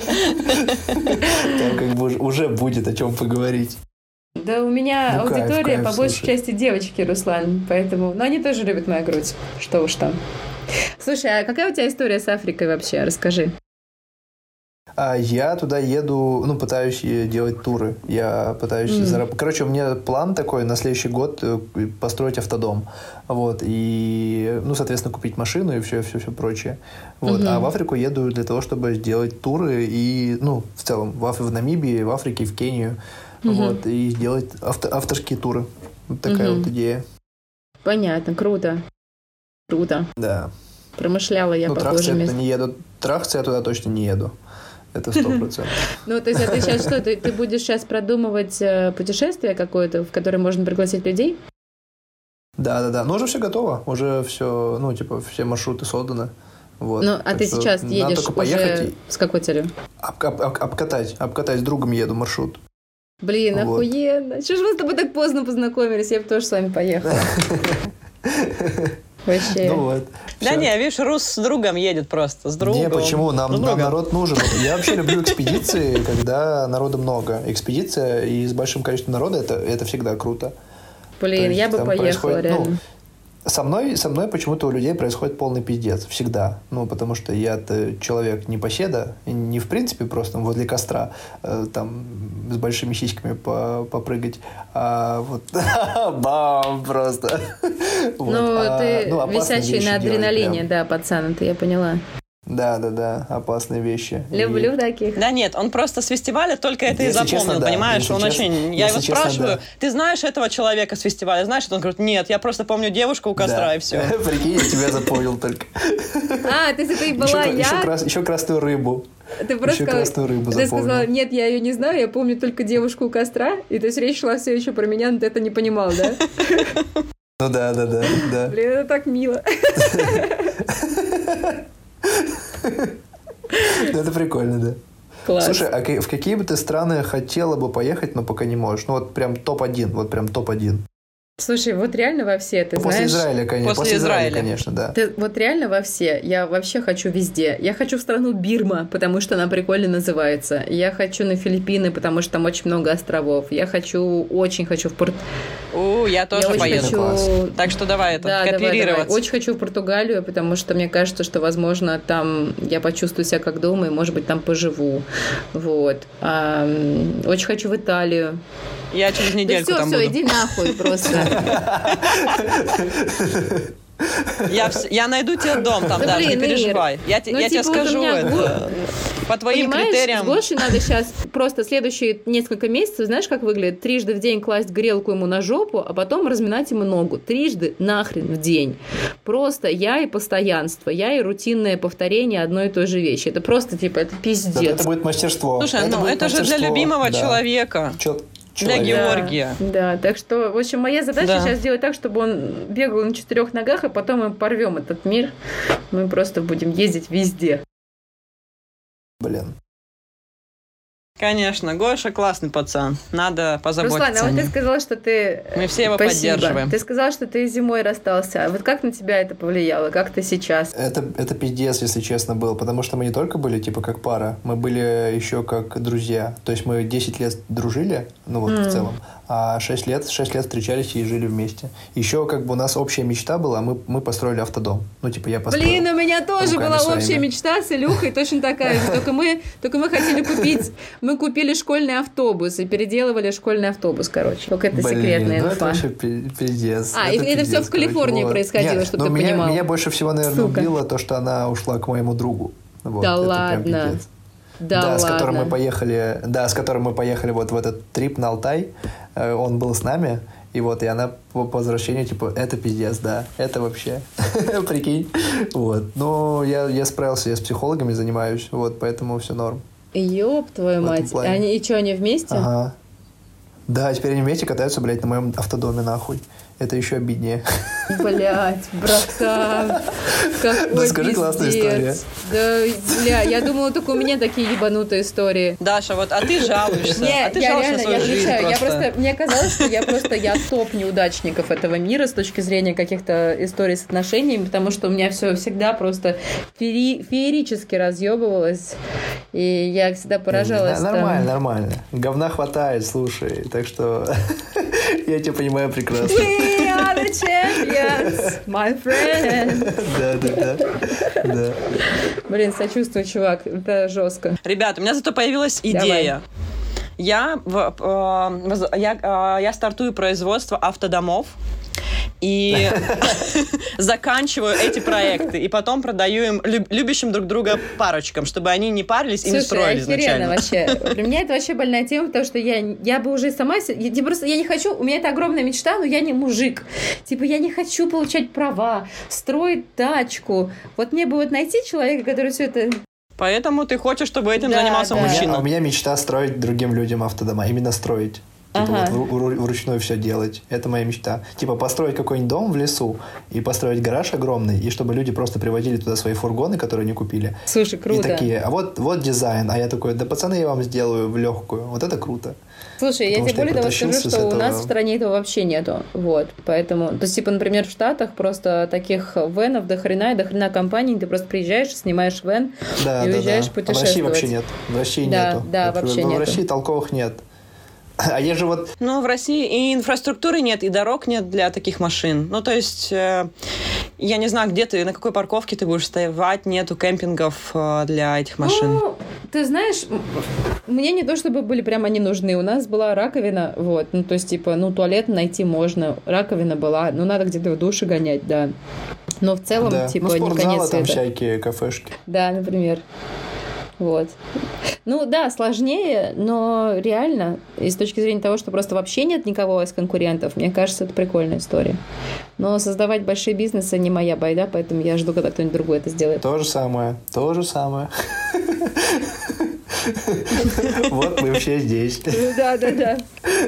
Там как бы уже будет о чем поговорить. Да у меня ну, аудитория кайф, кайф, по большей слушай. части девочки, Руслан. Поэтому... Но они тоже любят мою грудь. Что уж там. Слушай, а какая у тебя история с Африкой вообще? Расскажи. А я туда еду, ну, пытаюсь делать туры. Я пытаюсь mm. заработать. Короче, у меня план такой на следующий год построить автодом. Вот. И, ну, соответственно, купить машину и все, все, все прочее. Вот. Mm-hmm. А в Африку еду для того, чтобы сделать туры и, ну, в целом, в, Аф... в Намибии, в Африке, в Кению. Mm-hmm. Вот. И сделать авто... авторские туры. Вот такая mm-hmm. вот идея. Понятно, круто. Круто. Да. Промышляла я ну, по тоже месту. Не еду. Трахаться я туда точно не еду. Это сто процентов. Ну, то есть, а ты сейчас что? Ты, ты будешь сейчас продумывать путешествие какое-то, в которое можно пригласить людей? Да, да, да. Ну, уже все готово. Уже все, ну, типа, все маршруты созданы. Вот. Ну, а ты сейчас едешь уже с какой целью? Об, об, об, обкатать. Обкатать с другом еду маршрут. Блин, вот. Охуенно. Чего же мы с тобой так поздно познакомились? Я бы тоже с вами поехала. Вообще. Ну вот. Да не, видишь, Рус с другом едет просто, с другом. Не, почему? Нам, нам народ нужен. Я вообще люблю экспедиции, когда народа много. Экспедиция и с большим количеством народа, это, это всегда круто. Блин, я бы поехала, реально. Ну, со мной, со мной почему-то у людей происходит полный пиздец. Всегда. Ну, потому что я-то человек непоседа. И не в принципе просто возле костра э, там с большими сиськами попрыгать. А вот бам! Просто. Ну, ты висящий на адреналине, да, пацан, это я поняла. Да, да, да, опасные вещи. Люблю и... таких. Да нет, он просто с фестиваля только это если и запомнил, честно, да. Понимаешь? Если он честно, очень... Я его честно, спрашиваю, да. Ты знаешь этого человека с фестиваля? Знаешь? Он говорит, нет, я просто помню девушку у костра, да. И все. Прикинь, я тебя запомнил только. А, то есть это и была еще, я? Еще, крас... еще красную рыбу. Ты просто еще красную рыбу ты запомнил. сказала, нет, я ее не знаю, я помню только девушку у костра. И то есть речь шла все еще про меня, но ты это не понимал, да? Ну да, да, да, да. Блин, это так мило. Это прикольно, да. Класс. Слушай, а в какие бы ты страны хотела бы поехать, но пока не можешь? Ну вот прям топ один, вот прям топ один. Слушай, вот реально во все, ты ну, знаешь... После Израиля, конечно. После, после Израиля, Израиля, конечно, да. Ты, вот реально во все. Я вообще хочу везде. Я хочу в страну Бирма, потому что она прикольно называется. Я хочу на Филиппины, потому что там очень много островов. Я хочу, очень хочу в Порт... У, я тоже я поеду. Хочу... Так что давай это, да, кооперироваться. Давай, давай. Очень хочу в Португалию, потому что мне кажется, что, возможно, там я почувствую себя как дома, и, может быть, там поживу. Вот. А, очень хочу в Италию. Я через недельку да там все, буду. Все, иди нахуй просто. Я, я найду тебе дом там, да, даже блин, не переживай. Ир, я, ну, я типа, тебе скажу вот это. Год... По твоим Понимаешь, критериям. С Гошей надо сейчас просто следующие несколько месяцев, знаешь, как выглядит? Трижды в день класть грелку ему на жопу, а потом разминать ему ногу. Трижды нахрен в день. Просто я и постоянство, я и рутинное повторение одной и той же вещи. Это просто, типа, это пиздец. Это, это будет мастерство. Слушай, это ну это же для любимого да. человека. Чё? Для Георгия. Да, да, так что, в общем, моя задача да. сейчас сделать так, чтобы он бегал на четырех ногах, а потом мы порвем этот мир. Мы просто будем ездить везде. Блин. Конечно, Гоша классный пацан. Надо позаботиться. Руслан, а вот ты сказала, что ты... Мы все его Спасибо. поддерживаем. Ты сказала, что ты зимой расстался. А вот как на тебя это повлияло? Как ты сейчас? Это, это пиздец, если честно, был. Потому что мы не только были, типа, как пара. Мы были еще как друзья. То есть мы десять лет дружили, ну вот mm. в целом. А шесть лет, шесть лет встречались и жили вместе. Еще как бы у нас общая мечта была, мы, мы построили автодом. Ну, типа, я построил. Блин, у меня тоже была своими. Общая мечта с Илюхой, точно такая же. Только мы, только мы хотели купить... Мы купили школьный автобус и переделывали школьный автобус, короче. Только это Блин, секретная ну инфа. Это вообще пиздец. А, это, это все в Калифорнии короче, происходило, вот. чтобы ты меня, понимал. Меня больше всего, наверное, Сука. убило то, что она ушла к моему другу. Вот, да это ладно. Прям да, да, с которым мы поехали, да, с которым мы поехали вот в этот трип на Алтай. Он был с нами, И вот, и она по, по возвращению, типа, это пиздец, да, это вообще, прикинь. Вот, но я, я справился, я с психологами занимаюсь, вот, поэтому все норм. Ёб твою мать. Они, и что, они вместе? Ага. Да, теперь они вместе катаются, блядь, на моем автодоме, нахуй. Это еще обиднее. Блядь, братан. Какой да скажи, пиздец. Классная история. Да, бля, я думала, только у меня такие ебанутые истории. Даша, вот, а ты жалуешься. Не, а ты я жалуешься реально, на свою я жизнь отвечаю. просто. Я просто, мне казалось, что я просто, я топ неудачников этого мира с точки зрения каких-то историй с отношениями, потому что у меня все всегда просто феери, феерически разъебывалось. И я всегда поражалась. Да, нормально, там... нормально. Говна хватает, слушай. Так что я тебя понимаю прекрасно. We are the champions, my friend. Да, да, да, да. Блин, сочувствую, чувак. Это жестко. Ребята, у меня зато появилась идея. Я, в, э, я, э, я стартую производство автодомов и заканчиваю эти проекты, и потом продаю им любящим друг друга парочкам, чтобы они не парились и не строили изначально. Вообще. Для меня это вообще больная тема, потому что я, я бы уже сама... Я, просто, я не хочу... У меня это огромная мечта, но я не мужик. Типа, я не хочу получать права, строить тачку. Вот мне бы вот найти человека, который все это... Поэтому ты хочешь, чтобы этим да, занимался да. мужчина. А у меня мечта строить другим людям автодома. Именно строить. Типа ага. вот вручную все делать. Это моя мечта. Типа построить какой-нибудь дом в лесу и построить гараж огромный, и чтобы люди просто приводили туда свои фургоны, которые они купили. Слушай, круто. И такие, а вот, вот дизайн. А я такой, да пацаны, я вам сделаю в легкую. Вот это круто. Слушай, Потому я тебе более того скажу, что этого... у нас в стране этого вообще нету. Вот, поэтому... То есть, типа, например, в Штатах просто таких венов до хрена и до хрена компаний. Ты просто приезжаешь, снимаешь вен да, и да, уезжаешь да. путешествовать. А в России вообще нет. В России да, нету. Да, это, вообще в, нету. В России толковых нет. А есть же вот... Ну, в России и инфраструктуры нет, и дорог нет для таких машин. Ну, то есть, э, я не знаю, где ты, на какой парковке ты будешь стоять, нету кемпингов э, для этих машин. Ну, ты знаешь, мне не то, чтобы были прям они нужны. У нас была раковина, вот, ну, то есть, типа, ну, туалет найти можно, раковина была, ну, надо где-то в душе гонять, да. Но в целом, да. типа, ну, не конец там света. всякие кафешки. Да, например. Вот. Ну да, сложнее, но реально, и с точки зрения того, что просто вообще нет никого из конкурентов, мне кажется, это прикольная история. Но создавать большие бизнесы не моя байда, поэтому я жду, когда кто-нибудь другой это сделает. То же самое, то же самое. Вот мы все здесь. Да, да, да.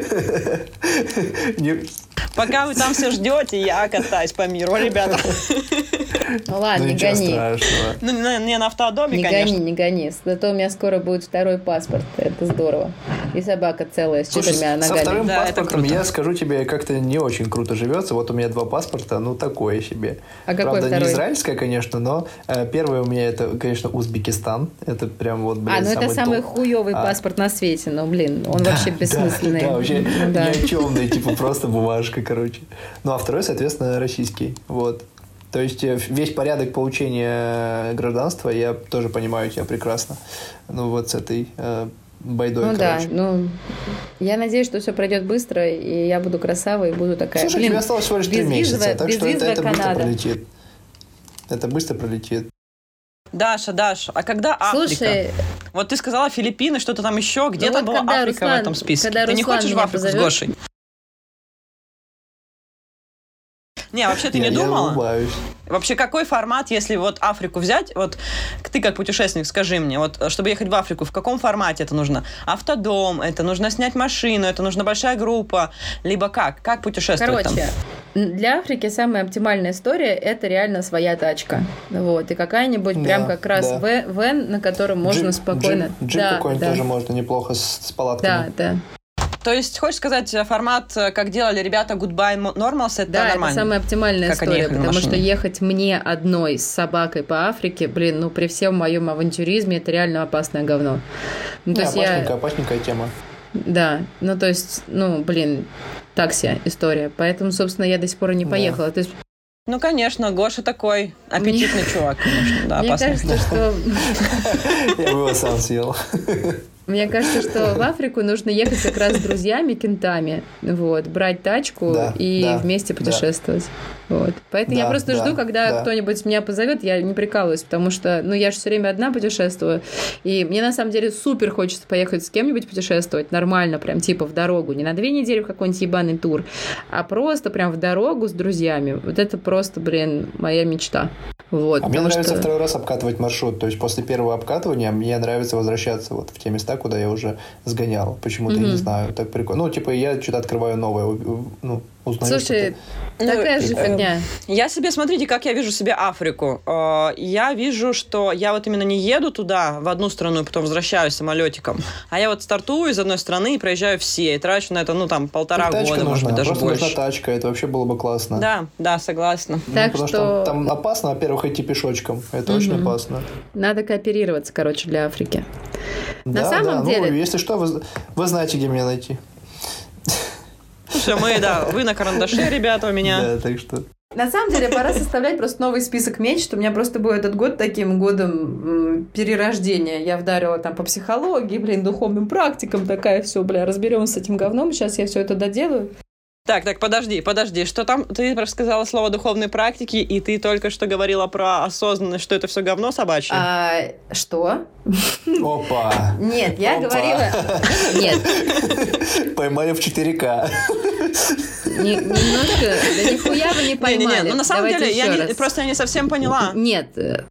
Пока вы там все ждете, я катаюсь по миру, ребята. Ну ладно, ну, не гони. Страшного. Ну, не, не на автодоме, не конечно. Не гони, не гони. Зато у меня скоро будет второй паспорт. Это здорово. И собака целая, с Слушай, четырьмя ногами. Со вторым да, паспортом, я скажу тебе, как-то не очень круто живется. Вот у меня два паспорта, ну, такое себе. А какой Правда, второй? не израильское, конечно, но э, первый у меня это, конечно, Узбекистан. Это прям вот, блин, А, ну самый это самый топ. хуёвый а. паспорт на свете. Ну, блин, он да, вообще бессмысленный. Да, да, вообще ну, да. ни о чёмный, типа просто бумажка, короче. Ну, а второй, соответственно, российский. Вот. То есть весь порядок получения гражданства я тоже понимаю тебя прекрасно. Ну, вот с этой э, байдой, ну, короче. Ну да, ну, я надеюсь, что все пройдет быстро, и я буду красавой, и буду такая... Слушай, блин, тебе осталось всего лишь три месяца, так что это, это быстро Канада. пролетит. Это быстро пролетит. Даша, Даша, а когда Африка? Слушай, вот ты сказала Филиппины, что-то там еще, где-то вот была Африка Руслан, в этом списке. когда Ты Руслан не хочешь в меня Африку позовет? с Гошей? Не, вообще ты я, не думала? Я улыбаюсь. Вообще, какой формат, если вот Африку взять, вот ты как путешественник, скажи мне, вот чтобы ехать в Африку, в каком формате это нужно? Автодом, это нужно снять машину, это нужна большая группа, либо как? Как путешествовать Короче, там? Для Африки самая оптимальная история – это реально своя тачка. Вот, и какая-нибудь да, прям как раз да. вэн, на котором можно джип, спокойно… Джип, джип да, какой-нибудь да. тоже можно неплохо с, с палатками. Да, да. То есть, хочешь сказать, формат, как делали ребята Goodbye Normals, это да, нормально? это самая оптимальная как история, потому что ехать мне одной с собакой по Африке, блин, ну при всем моем авантюризме это реально опасное говно. Ну, то Не, есть опасненькая, я... опасненькая тема. Да, ну то есть, ну, блин, такси история. Поэтому, собственно, я до сих пор и не поехала. Да. То есть... Ну, конечно, Гоша такой аппетитный Мне... чувак, конечно. Да, Мне опасный. кажется, что... Я бы его сам съел. Мне кажется, что в Африку нужно ехать как раз с друзьями, кентами, вот, брать тачку да, и да, вместе путешествовать. Да. Вот. Поэтому да, я просто да, жду, когда да. кто-нибудь меня позовет, я не прикалываюсь, потому что, ну, я же все время одна путешествую, и мне на самом деле супер хочется поехать с кем-нибудь путешествовать, нормально, прям типа в дорогу, не на две недели в какой-нибудь ебаный тур, а просто прям в дорогу с друзьями. Вот это просто, блин, моя мечта. Вот, а мне нравится что... второй раз обкатывать маршрут, то есть после первого обкатывания мне нравится возвращаться вот в те места, куда я уже сгонял. Почему-то, mm-hmm. я не знаю, так прикольно. Ну, типа, я что-то открываю новое, ну, узнаю. Слушай, такая же фигня. Я себе, смотрите, как я вижу себе Африку. Я вижу, что я вот именно не еду туда, в одну страну, и потом возвращаюсь самолетиком, а я вот стартую из одной страны и проезжаю все, и трачу на это, ну, там, полтора года, нужна. Может быть, даже Просто больше. Нужна тачка, это вообще было бы классно. Да, да, согласна. Ну, так потому что... что там опасно, во-первых, идти пешочком. Это mm-hmm. очень опасно. Надо кооперироваться, короче, для Африки. Да, на самом да. деле... Ну, если что, вы, вы знаете, где меня найти. Все, мы, да, вы на карандаше, ребята, у меня. Да, так что... На самом деле, пора составлять просто новый список мечт. У меня просто был этот год таким годом м, перерождения. Я вдарила там по психологии, блин, духовным практикам, такая все, бля, разберемся с этим говном. Сейчас я все это доделаю. Так, так, подожди, подожди, что там? Ты сказала слово духовные практики, и ты только что говорила про осознанность, что это все говно собачье. А, что? Опа! Нет, я Опа. говорила... Нет. Поймали в четыре ка. Не, немножко... Да нихуя вы не поймали. Не, не, не. Ну, на самом Давайте деле, я не, просто я не совсем поняла. Нет.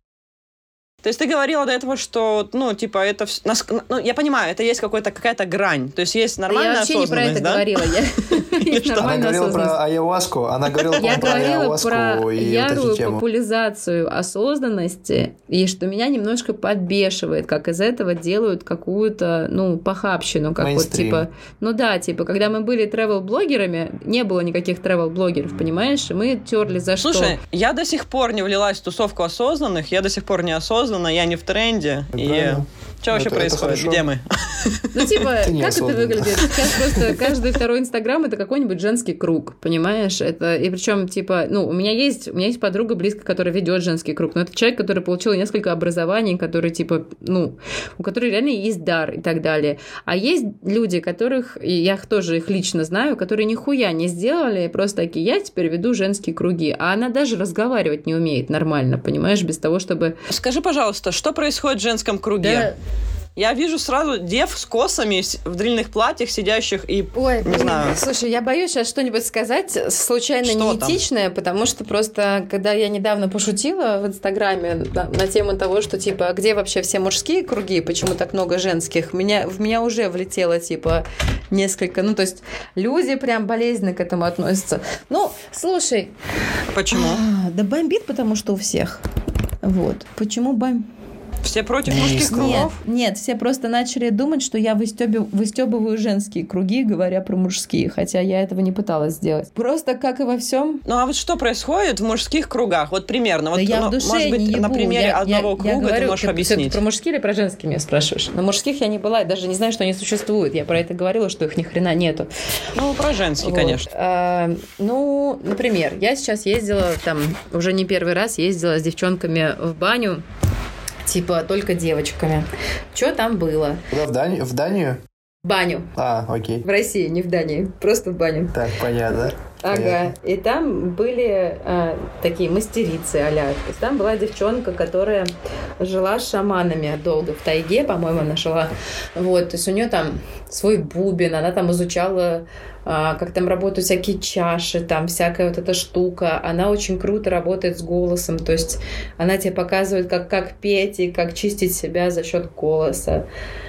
То есть ты говорила до этого, что, ну, типа, это... Ну, я понимаю, это есть какой-то, какая-то грань. То есть есть нормальная осознанность, да? Я вообще не про это говорила. Она говорила про ayahuasку. Она говорила про ayahuasку. Я говорила про ярую популяризацию осознанности, и что меня немножко подбешивает, как из этого делают какую-то, ну, похабщину. Как вот, типа... Ну да, типа, когда мы были тревел-блогерами, не было никаких тревел-блогеров, понимаешь? Мы терли за что. Слушай, я до сих пор не влилась в тусовку осознанных, я до сих пор не осознанна, я не в тренде. И что вообще происходит? Где мы? Ну, типа, как это выглядит? Сейчас просто каждый второй инстаграм — это какой-нибудь женский круг, понимаешь? Это, и причем, типа, ну, у меня есть, у меня есть подруга близко, которая ведет женский круг, но это человек, который получил несколько образований, который, типа, ну, у которых реально есть дар и так далее. А есть люди, которых, и я тоже их лично знаю, которые нихуя не сделали, просто такие, я теперь веду женские круги, а она даже разговаривать не умеет нормально, понимаешь, без того, чтобы... Скажи, пожалуйста, что происходит в женском круге? Да. Я вижу сразу дев с косами в длинных платьях, сидящих и... Ой, не блин, знаю. Слушай, я боюсь сейчас что-нибудь сказать случайно что неэтичное, там? Потому что просто, когда я недавно пошутила в Инстаграме на, на тему того, что, типа, где вообще все мужские круги, почему так много женских, меня, в меня уже влетело, типа, несколько... Ну, то есть люди прям болезненно к этому относятся. Ну, слушай... Почему? А, да бомбит, потому что у всех. Вот. Почему бомбит? Все против мужских кругов? Нет, нет, все просто начали думать, что я выстёбив... выстебываю женские круги, говоря про мужские, хотя я этого не пыталась сделать. Просто как и во всем. Ну а вот что происходит в мужских кругах? Вот примерно. Да вот, я ну, в душе может быть, не ебу. на примере я, одного я, круга я говорю, ты можешь ты, объяснить. Ты про мужские или про женские меня спрашиваешь? На мужских я не была, я даже не знаю, что они существуют. Я про это говорила, что их ни хрена нету. Ну, про женские, вот. Конечно. А, ну, например, я сейчас ездила, там, уже не первый раз ездила с девчонками в баню. Типа, только девочками. Что там было? Куда, в Данию? В Данию? В баню. А, окей. В России, не в Дании. Просто в баню. Так, понятно. Ага. Понятно. И там были а, такие мастерицы а-ля. То есть там была девчонка, которая жила с шаманами долго в тайге, по-моему, она жила. Вот. То есть у нее там свой бубен, она там изучала, а, как там работают всякие чаши, там всякая вот эта штука. Она очень круто работает с голосом. То есть она тебе показывает, как, как петь и как чистить себя за счет голоса.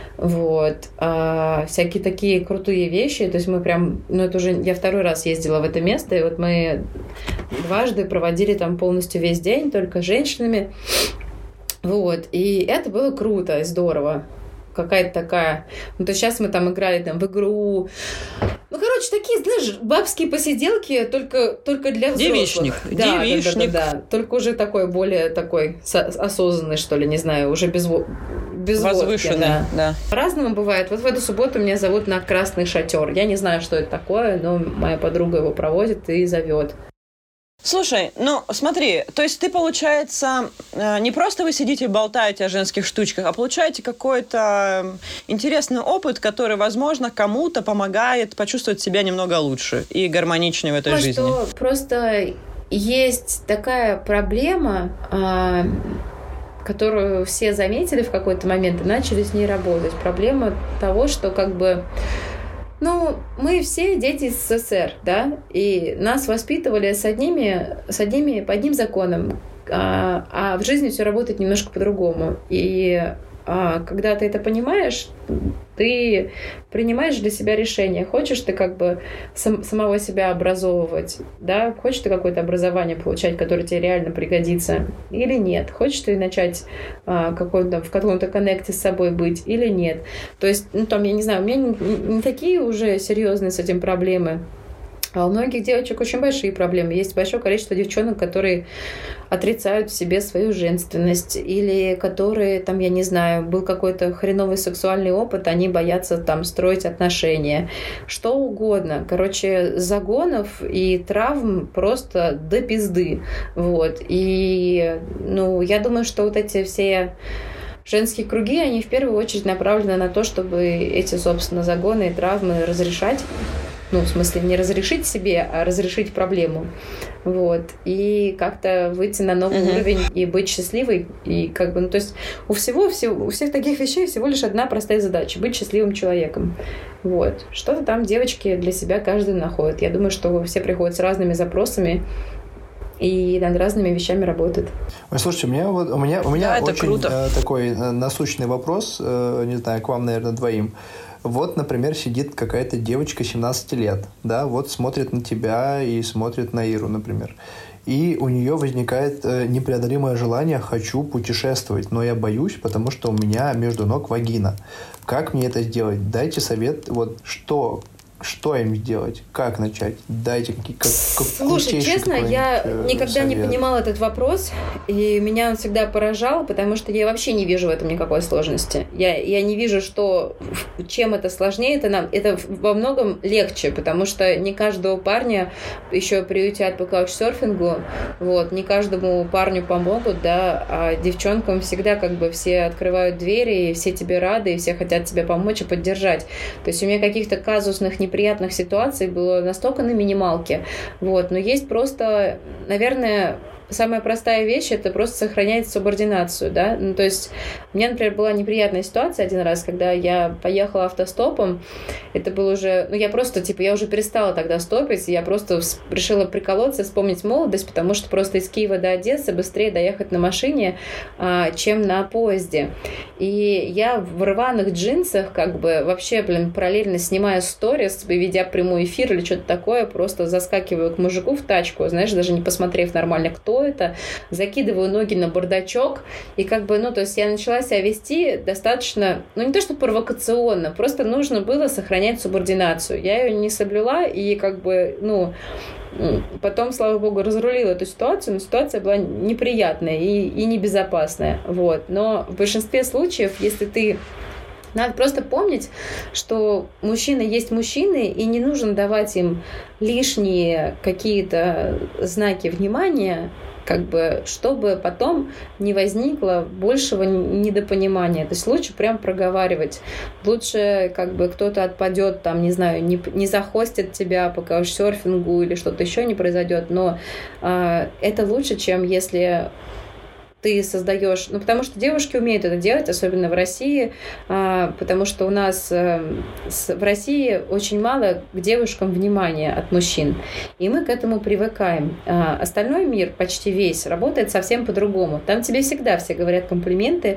Вот. А, всякие такие крутые вещи. То есть мы прям... Ну, это уже... Я второй раз ездила в это место, и вот мы дважды проводили там полностью весь день только с женщинами. Вот. И это было круто и здорово. Какая-то такая... Ну, то сейчас мы там играли там в игру... Ну, короче, такие, знаешь, бабские посиделки только, только для взрослых. Девичник. Да, Девичник. Да, да, да, да. Только уже такой более такой осознанный, что ли, не знаю, уже без, без возвышенный, водки, да. да. По-разному бывает. Вот в эту субботу меня зовут на красный шатер. Я не знаю, что это такое, но моя подруга его проводит и зовет. Слушай, ну смотри, то есть ты, получается, не просто вы сидите и болтаете о женских штучках, а получаете какой-то интересный опыт, который, возможно, кому-то помогает почувствовать себя немного лучше и гармоничнее в этой Может, жизни. что просто есть такая проблема, а, которую все заметили в какой-то момент и начали с ней работать. Проблема того, что как бы Ну, мы все дети из СССР, да, и нас воспитывали с одними, с одними, по одним законам, а, а в жизни все работает немножко по-другому. И а, когда ты это понимаешь, ты принимаешь для себя решение. Хочешь ты как бы сам, самого себя образовывать, да? Хочешь ты какое-то образование получать, которое тебе реально пригодится, или нет? Хочешь ты начать а, какой-то, в каком-то коннекте с собой быть, или нет? То есть, ну там, я не знаю, у меня не, не такие уже серьезные с этим проблемы. А у многих девочек очень большие проблемы. Есть большое количество девчонок, которые отрицают в себе свою женственность, или которые, там, я не знаю, был какой-то хреновый сексуальный опыт, они боятся там строить отношения. Что угодно. Короче, загонов и травм просто до пизды. Вот. И, ну, я думаю, что вот эти все женские круги, они в первую очередь направлены на то, чтобы эти, собственно, загоны и травмы разрешать. Ну, в смысле, не разрешить себе, а разрешить проблему. Вот. И как-то выйти на новый uh-huh. уровень и быть счастливой. И как бы, ну, то есть у всего, всего, у всех таких вещей всего лишь одна простая задача — быть счастливым человеком. Вот. Что-то там девочки для себя каждый находит. Я думаю, что все приходят с разными запросами и над разными вещами работают. Ой, слушайте, у меня, вот, у меня, у меня да, очень круто. Э, такой э, насущный вопрос, э, не знаю, к вам, наверное, двоим. Вот, например, сидит какая-то девочка семнадцати лет, да, вот смотрит на тебя и смотрит на Иру, например. И у нее возникает э, непреодолимое желание «хочу путешествовать», но я боюсь, потому что у меня между ног вагина. Как мне это сделать? Дайте совет, вот что... Что им сделать? Как начать? Дайте какие как, Слушай, честно, я никогда совет. не понимала этот вопрос, и меня он всегда поражал, потому что я вообще не вижу в этом никакой сложности. Я, я не вижу, что чем это сложнее, это, нам, это во многом легче, потому что не каждого парня еще приютят по каучсерфингу, вот, не каждому парню помогут, да, а девчонкам всегда как бы все открывают двери, и все тебе рады, и все хотят тебе помочь и поддержать. То есть у меня каких-то казусных неприятностей неприятных ситуаций было настолько на минималке. Вот. Но есть просто, наверное, самая простая вещь — это просто сохранять субординацию, да, ну, то есть у меня, например, была неприятная ситуация один раз, когда я поехала автостопом, это было уже, ну, я просто, типа, я уже перестала тогда стопить, я просто решила приколоться, вспомнить молодость, потому что просто из Киева до Одессы быстрее доехать на машине, а, чем на поезде, и я в рваных джинсах, как бы, вообще, блин, параллельно снимая сторис, ведя прямой эфир или что-то такое, просто заскакиваю к мужику в тачку, знаешь, даже не посмотрев нормально, кто это, закидываю ноги на бардачок, и как бы, ну, то есть я начала себя вести достаточно, ну, не то что провокационно, просто нужно было сохранять субординацию. Я ее не соблюла, и как бы, ну, потом, слава богу, разрулила эту ситуацию, но ситуация была неприятная и, и небезопасная, вот. Но в большинстве случаев, если ты надо просто помнить, что мужчины есть мужчины, и не нужно давать им лишние какие-то знаки внимания, как бы, чтобы потом не возникло большего недопонимания. То есть лучше прям проговаривать. Лучше как бы кто-то отпадет, там, не знаю, не, не захостит тебя по каучсерфингу или что-то еще не произойдет, но э, это лучше, чем если ты создаешь, ну, потому что девушки умеют это делать, особенно в России, а, потому что у нас а, с, в России очень мало к девушкам внимания от мужчин, и мы к этому привыкаем. А, остальной мир, почти весь, работает совсем по-другому. Там тебе всегда все говорят комплименты,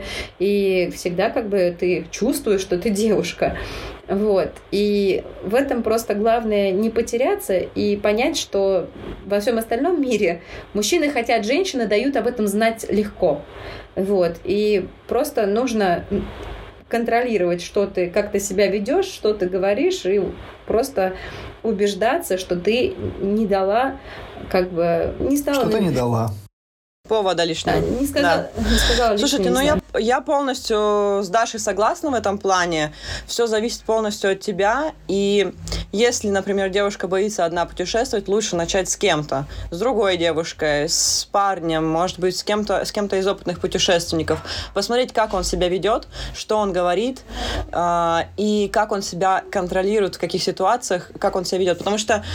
и всегда как бы ты чувствуешь, что ты девушка. Вот. И в этом просто главное не потеряться и понять, что во всем остальном мире мужчины хотят, женщины дают об этом знать легко. Вот. И просто нужно контролировать, что ты, как ты себя ведешь, что ты говоришь, и просто убеждаться, что ты не дала, как бы, не стала... Что ты не дала. Повода лишнего. Да, не сказала, да. не сказала Слушайте, ну я, я полностью с Дашей согласна в этом плане. Все зависит полностью от тебя. И если, например, девушка боится одна путешествовать, лучше начать с кем-то. С другой девушкой, с парнем, может быть, с кем-то, с кем-то из опытных путешественников. Посмотреть, как он себя ведет, что он говорит, э, и как он себя контролирует, в каких ситуациях, как он себя ведет. Потому что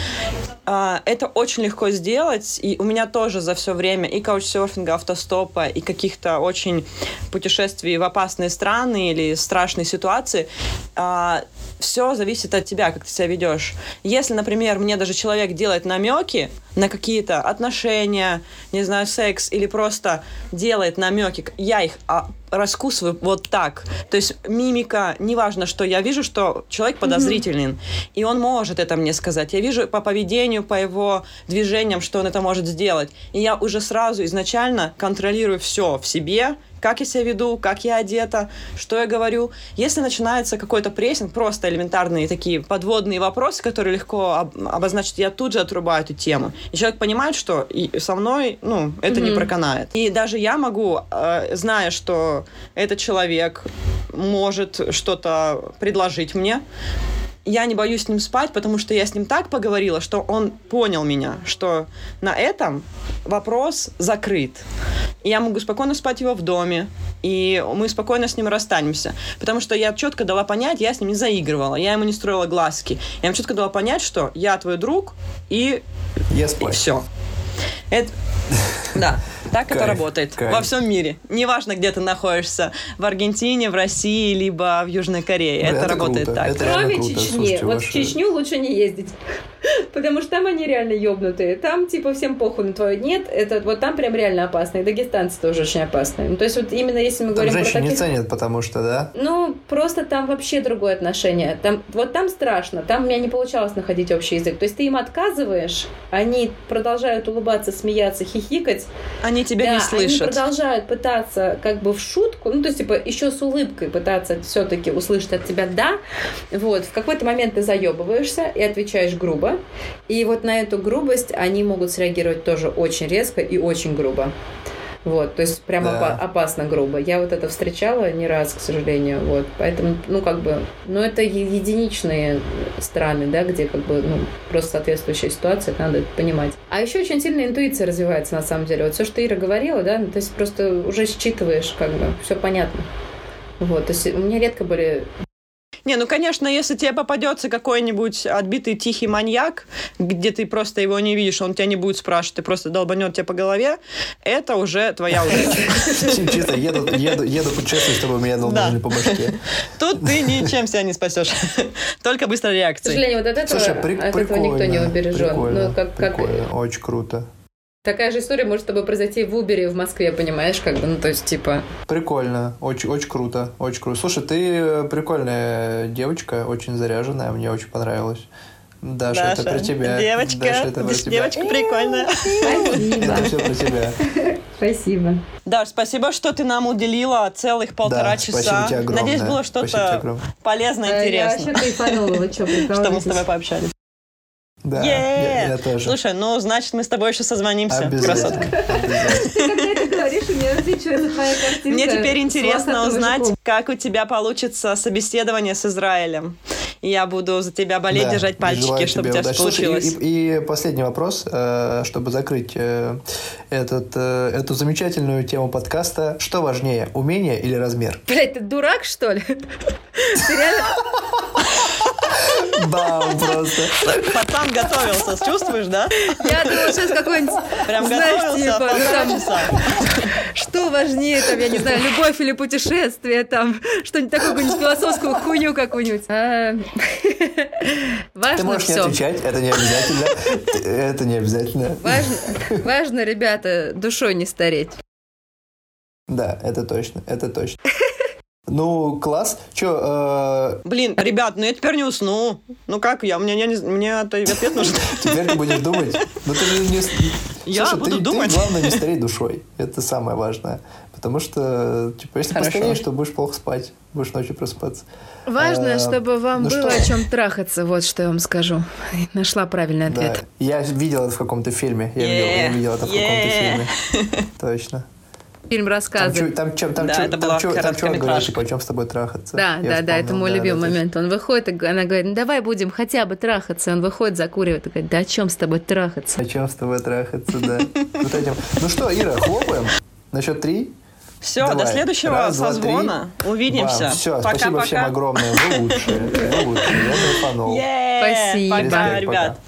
э, это очень легко сделать. И у меня тоже за все время и каучсерфинга, автостопа и каких-то очень путешествий в опасные страны или страшные ситуации, а, все зависит от тебя, как ты себя ведешь. Если, например, мне даже человек делает намеки на какие-то отношения, не знаю, секс, или просто делает намеки, я их а, раскусываю вот так. То есть мимика, неважно, что я вижу, что человек подозрительный, mm-hmm. и он может это мне сказать. Я вижу по поведению, по его движениям, что он это может сделать. И я уже сразу изначально контролирую все в себе, как я себя веду, как я одета, что я говорю. Если начинается какой-то прессинг, просто элементарные такие подводные вопросы, которые легко об- обозначить, я тут же отрубаю эту тему. И человек понимает, что и со мной, ну, это mm-hmm. не проканает. И даже я могу, э, зная, что этот человек может что-то предложить мне, я не боюсь с ним спать, потому что я с ним так поговорила, что он понял меня, что на этом вопрос закрыт. И я могу спокойно спать его в доме, и мы спокойно с ним расстанемся. Потому что я четко дала понять, я с ним не заигрывала, я ему не строила глазки. Я ему четко дала понять, что я твой друг, и, и все. Это... Да, так это работает во всем мире. Неважно, где ты находишься, в Аргентине, в России, либо в Южной Корее. Это, это работает круто. так. Это Кроме круто. Чечни. Слушайте, вот ваши... в Чечню лучше не ездить. Потому что там они реально ёбнутые. Там, типа, всем похуй на твое нет. Это вот там прям реально опасно. И дагестанцы тоже очень опасные. Ну, то есть, вот именно если мы там говорим про женщин таких... не ценят, потому что, да? Ну, просто там вообще другое отношение. Там, вот там страшно. Там у меня не получалось находить общий язык. То есть, ты им отказываешь, они продолжают улыбаться, смеяться, хихикать. Они тебя да, не слышат. Они продолжают пытаться как бы в шутку, ну, то есть, типа, еще с улыбкой пытаться все-таки услышать от тебя «да». Вот. В какой-то момент ты заебываешься и отвечаешь грубо. И вот на эту грубость они могут среагировать тоже очень резко и очень грубо. Вот, то есть прям да. опа- опасно грубо. Я вот это встречала не раз, к сожалению. Вот, поэтому, ну, как бы, ну, это единичные страны, да, где, как бы, ну, просто соответствующая ситуация, это надо понимать. А еще очень сильно интуиция развивается, на самом деле. Вот все, что Ира говорила, да, то есть просто уже считываешь, как бы, все понятно. Вот, то есть у меня редко были... Не, ну, конечно, если тебе попадется какой-нибудь отбитый тихий маньяк, где ты просто его не видишь, он тебя не будет спрашивать, ты просто долбанет тебя по голове, это уже твоя удача. Чисто еду, еду, еду путешествовать, чтобы меня долбанули по башке. Тут ты ничем себя не спасешь. Только быстрой реакцией. К сожалению, вот от этого, Слушай, при- от этого никто не убережен. Прикольно, ну, как, прикольно, как... очень круто. Такая же история может с тобой произойти в Убере в Москве, понимаешь, как бы, ну, то есть, типа... Прикольно, очень, очень круто, очень круто. Слушай, ты прикольная девочка, очень заряженная, мне очень понравилось. Даша, Даша, это про тебя. Девочка, Даша, это про тебя. Девочка прикольная. Спасибо. Это все про тебя. Спасибо. Даш, спасибо, что ты нам уделила целых полтора да, часа. Спасибо тебе огромное. Надеюсь, было что-то полезное, интересное. Я вообще кайфанула, вы что, прикалываетесь? Что мы с тобой пообщались. Да, я, я тоже. Слушай, ну, значит, мы с тобой еще созвонимся, красотка. Когда ты говоришь, у меня различается твоя картинка. Мне теперь интересно узнать, как у тебя получится собеседование с Израилем. Я буду за тебя болеть, да, держать пальчики, чтобы у тебя все получилось. Слушай, и, и последний вопрос, чтобы закрыть этот, эту замечательную тему подкаста. Что важнее, умение или размер? Блядь, ты дурак, что ли? Ты реально... Бам, просто. Пацан готовился, чувствуешь, да? Я думала, сейчас какой-нибудь... Прям знаешь, готовился типа, полтора ну, часа. Что важнее, там, я не знаю, любовь или путешествие, там, что-нибудь такое, какую-нибудь философскую хуйню какую-нибудь. А... Важно Ты можешь всё. не отвечать, это не обязательно. Это не обязательно. Важно, важно, ребята, душой не стареть. Да, это точно, это точно. Ну, класс. Че, э... Блин, ребят, ну я теперь не усну. Ну как я? Мне, я не, мне ответ нужен. Теперь ты будешь думать. Ну ты не... Я Слушай, буду ты, думать. Ты, главное, не старей душой. Это самое важное. Потому что, типа, если Хорошо. постареешь, то будешь плохо спать. Будешь ночью просыпаться. Важно, а, чтобы вам ну было что? о чем трахаться. Вот что я вам скажу. Нашла правильный ответ. Да. Я видел это в каком-то фильме. Я, Yeah. видел, я видел это в Yeah. каком-то фильме. Точно. Фильм Там, рассказывает. чё- там, чё- там, Да, чё- это там, была чё- там чувак говорит, короткометражка. типа, о чем с тобой трахаться. Да, Я да, да, вспомнил, это мой да, любимый да, момент. Он выходит, и она говорит, ну давай будем хотя бы трахаться. Он выходит, закуривает, и говорит, да о чем с тобой трахаться? О чем с тобой трахаться, да. Вот этим. Ну что, Ира, хлопаем. На счет три. Все, Давай. до следующего Раз, два, созвона. Увидимся. Все, Пока-пока. спасибо всем огромное. Вы лучшие. Вы лучшие. Я кайфанул. Yeah. Спасибо. Пока, Респект, ребят. пока.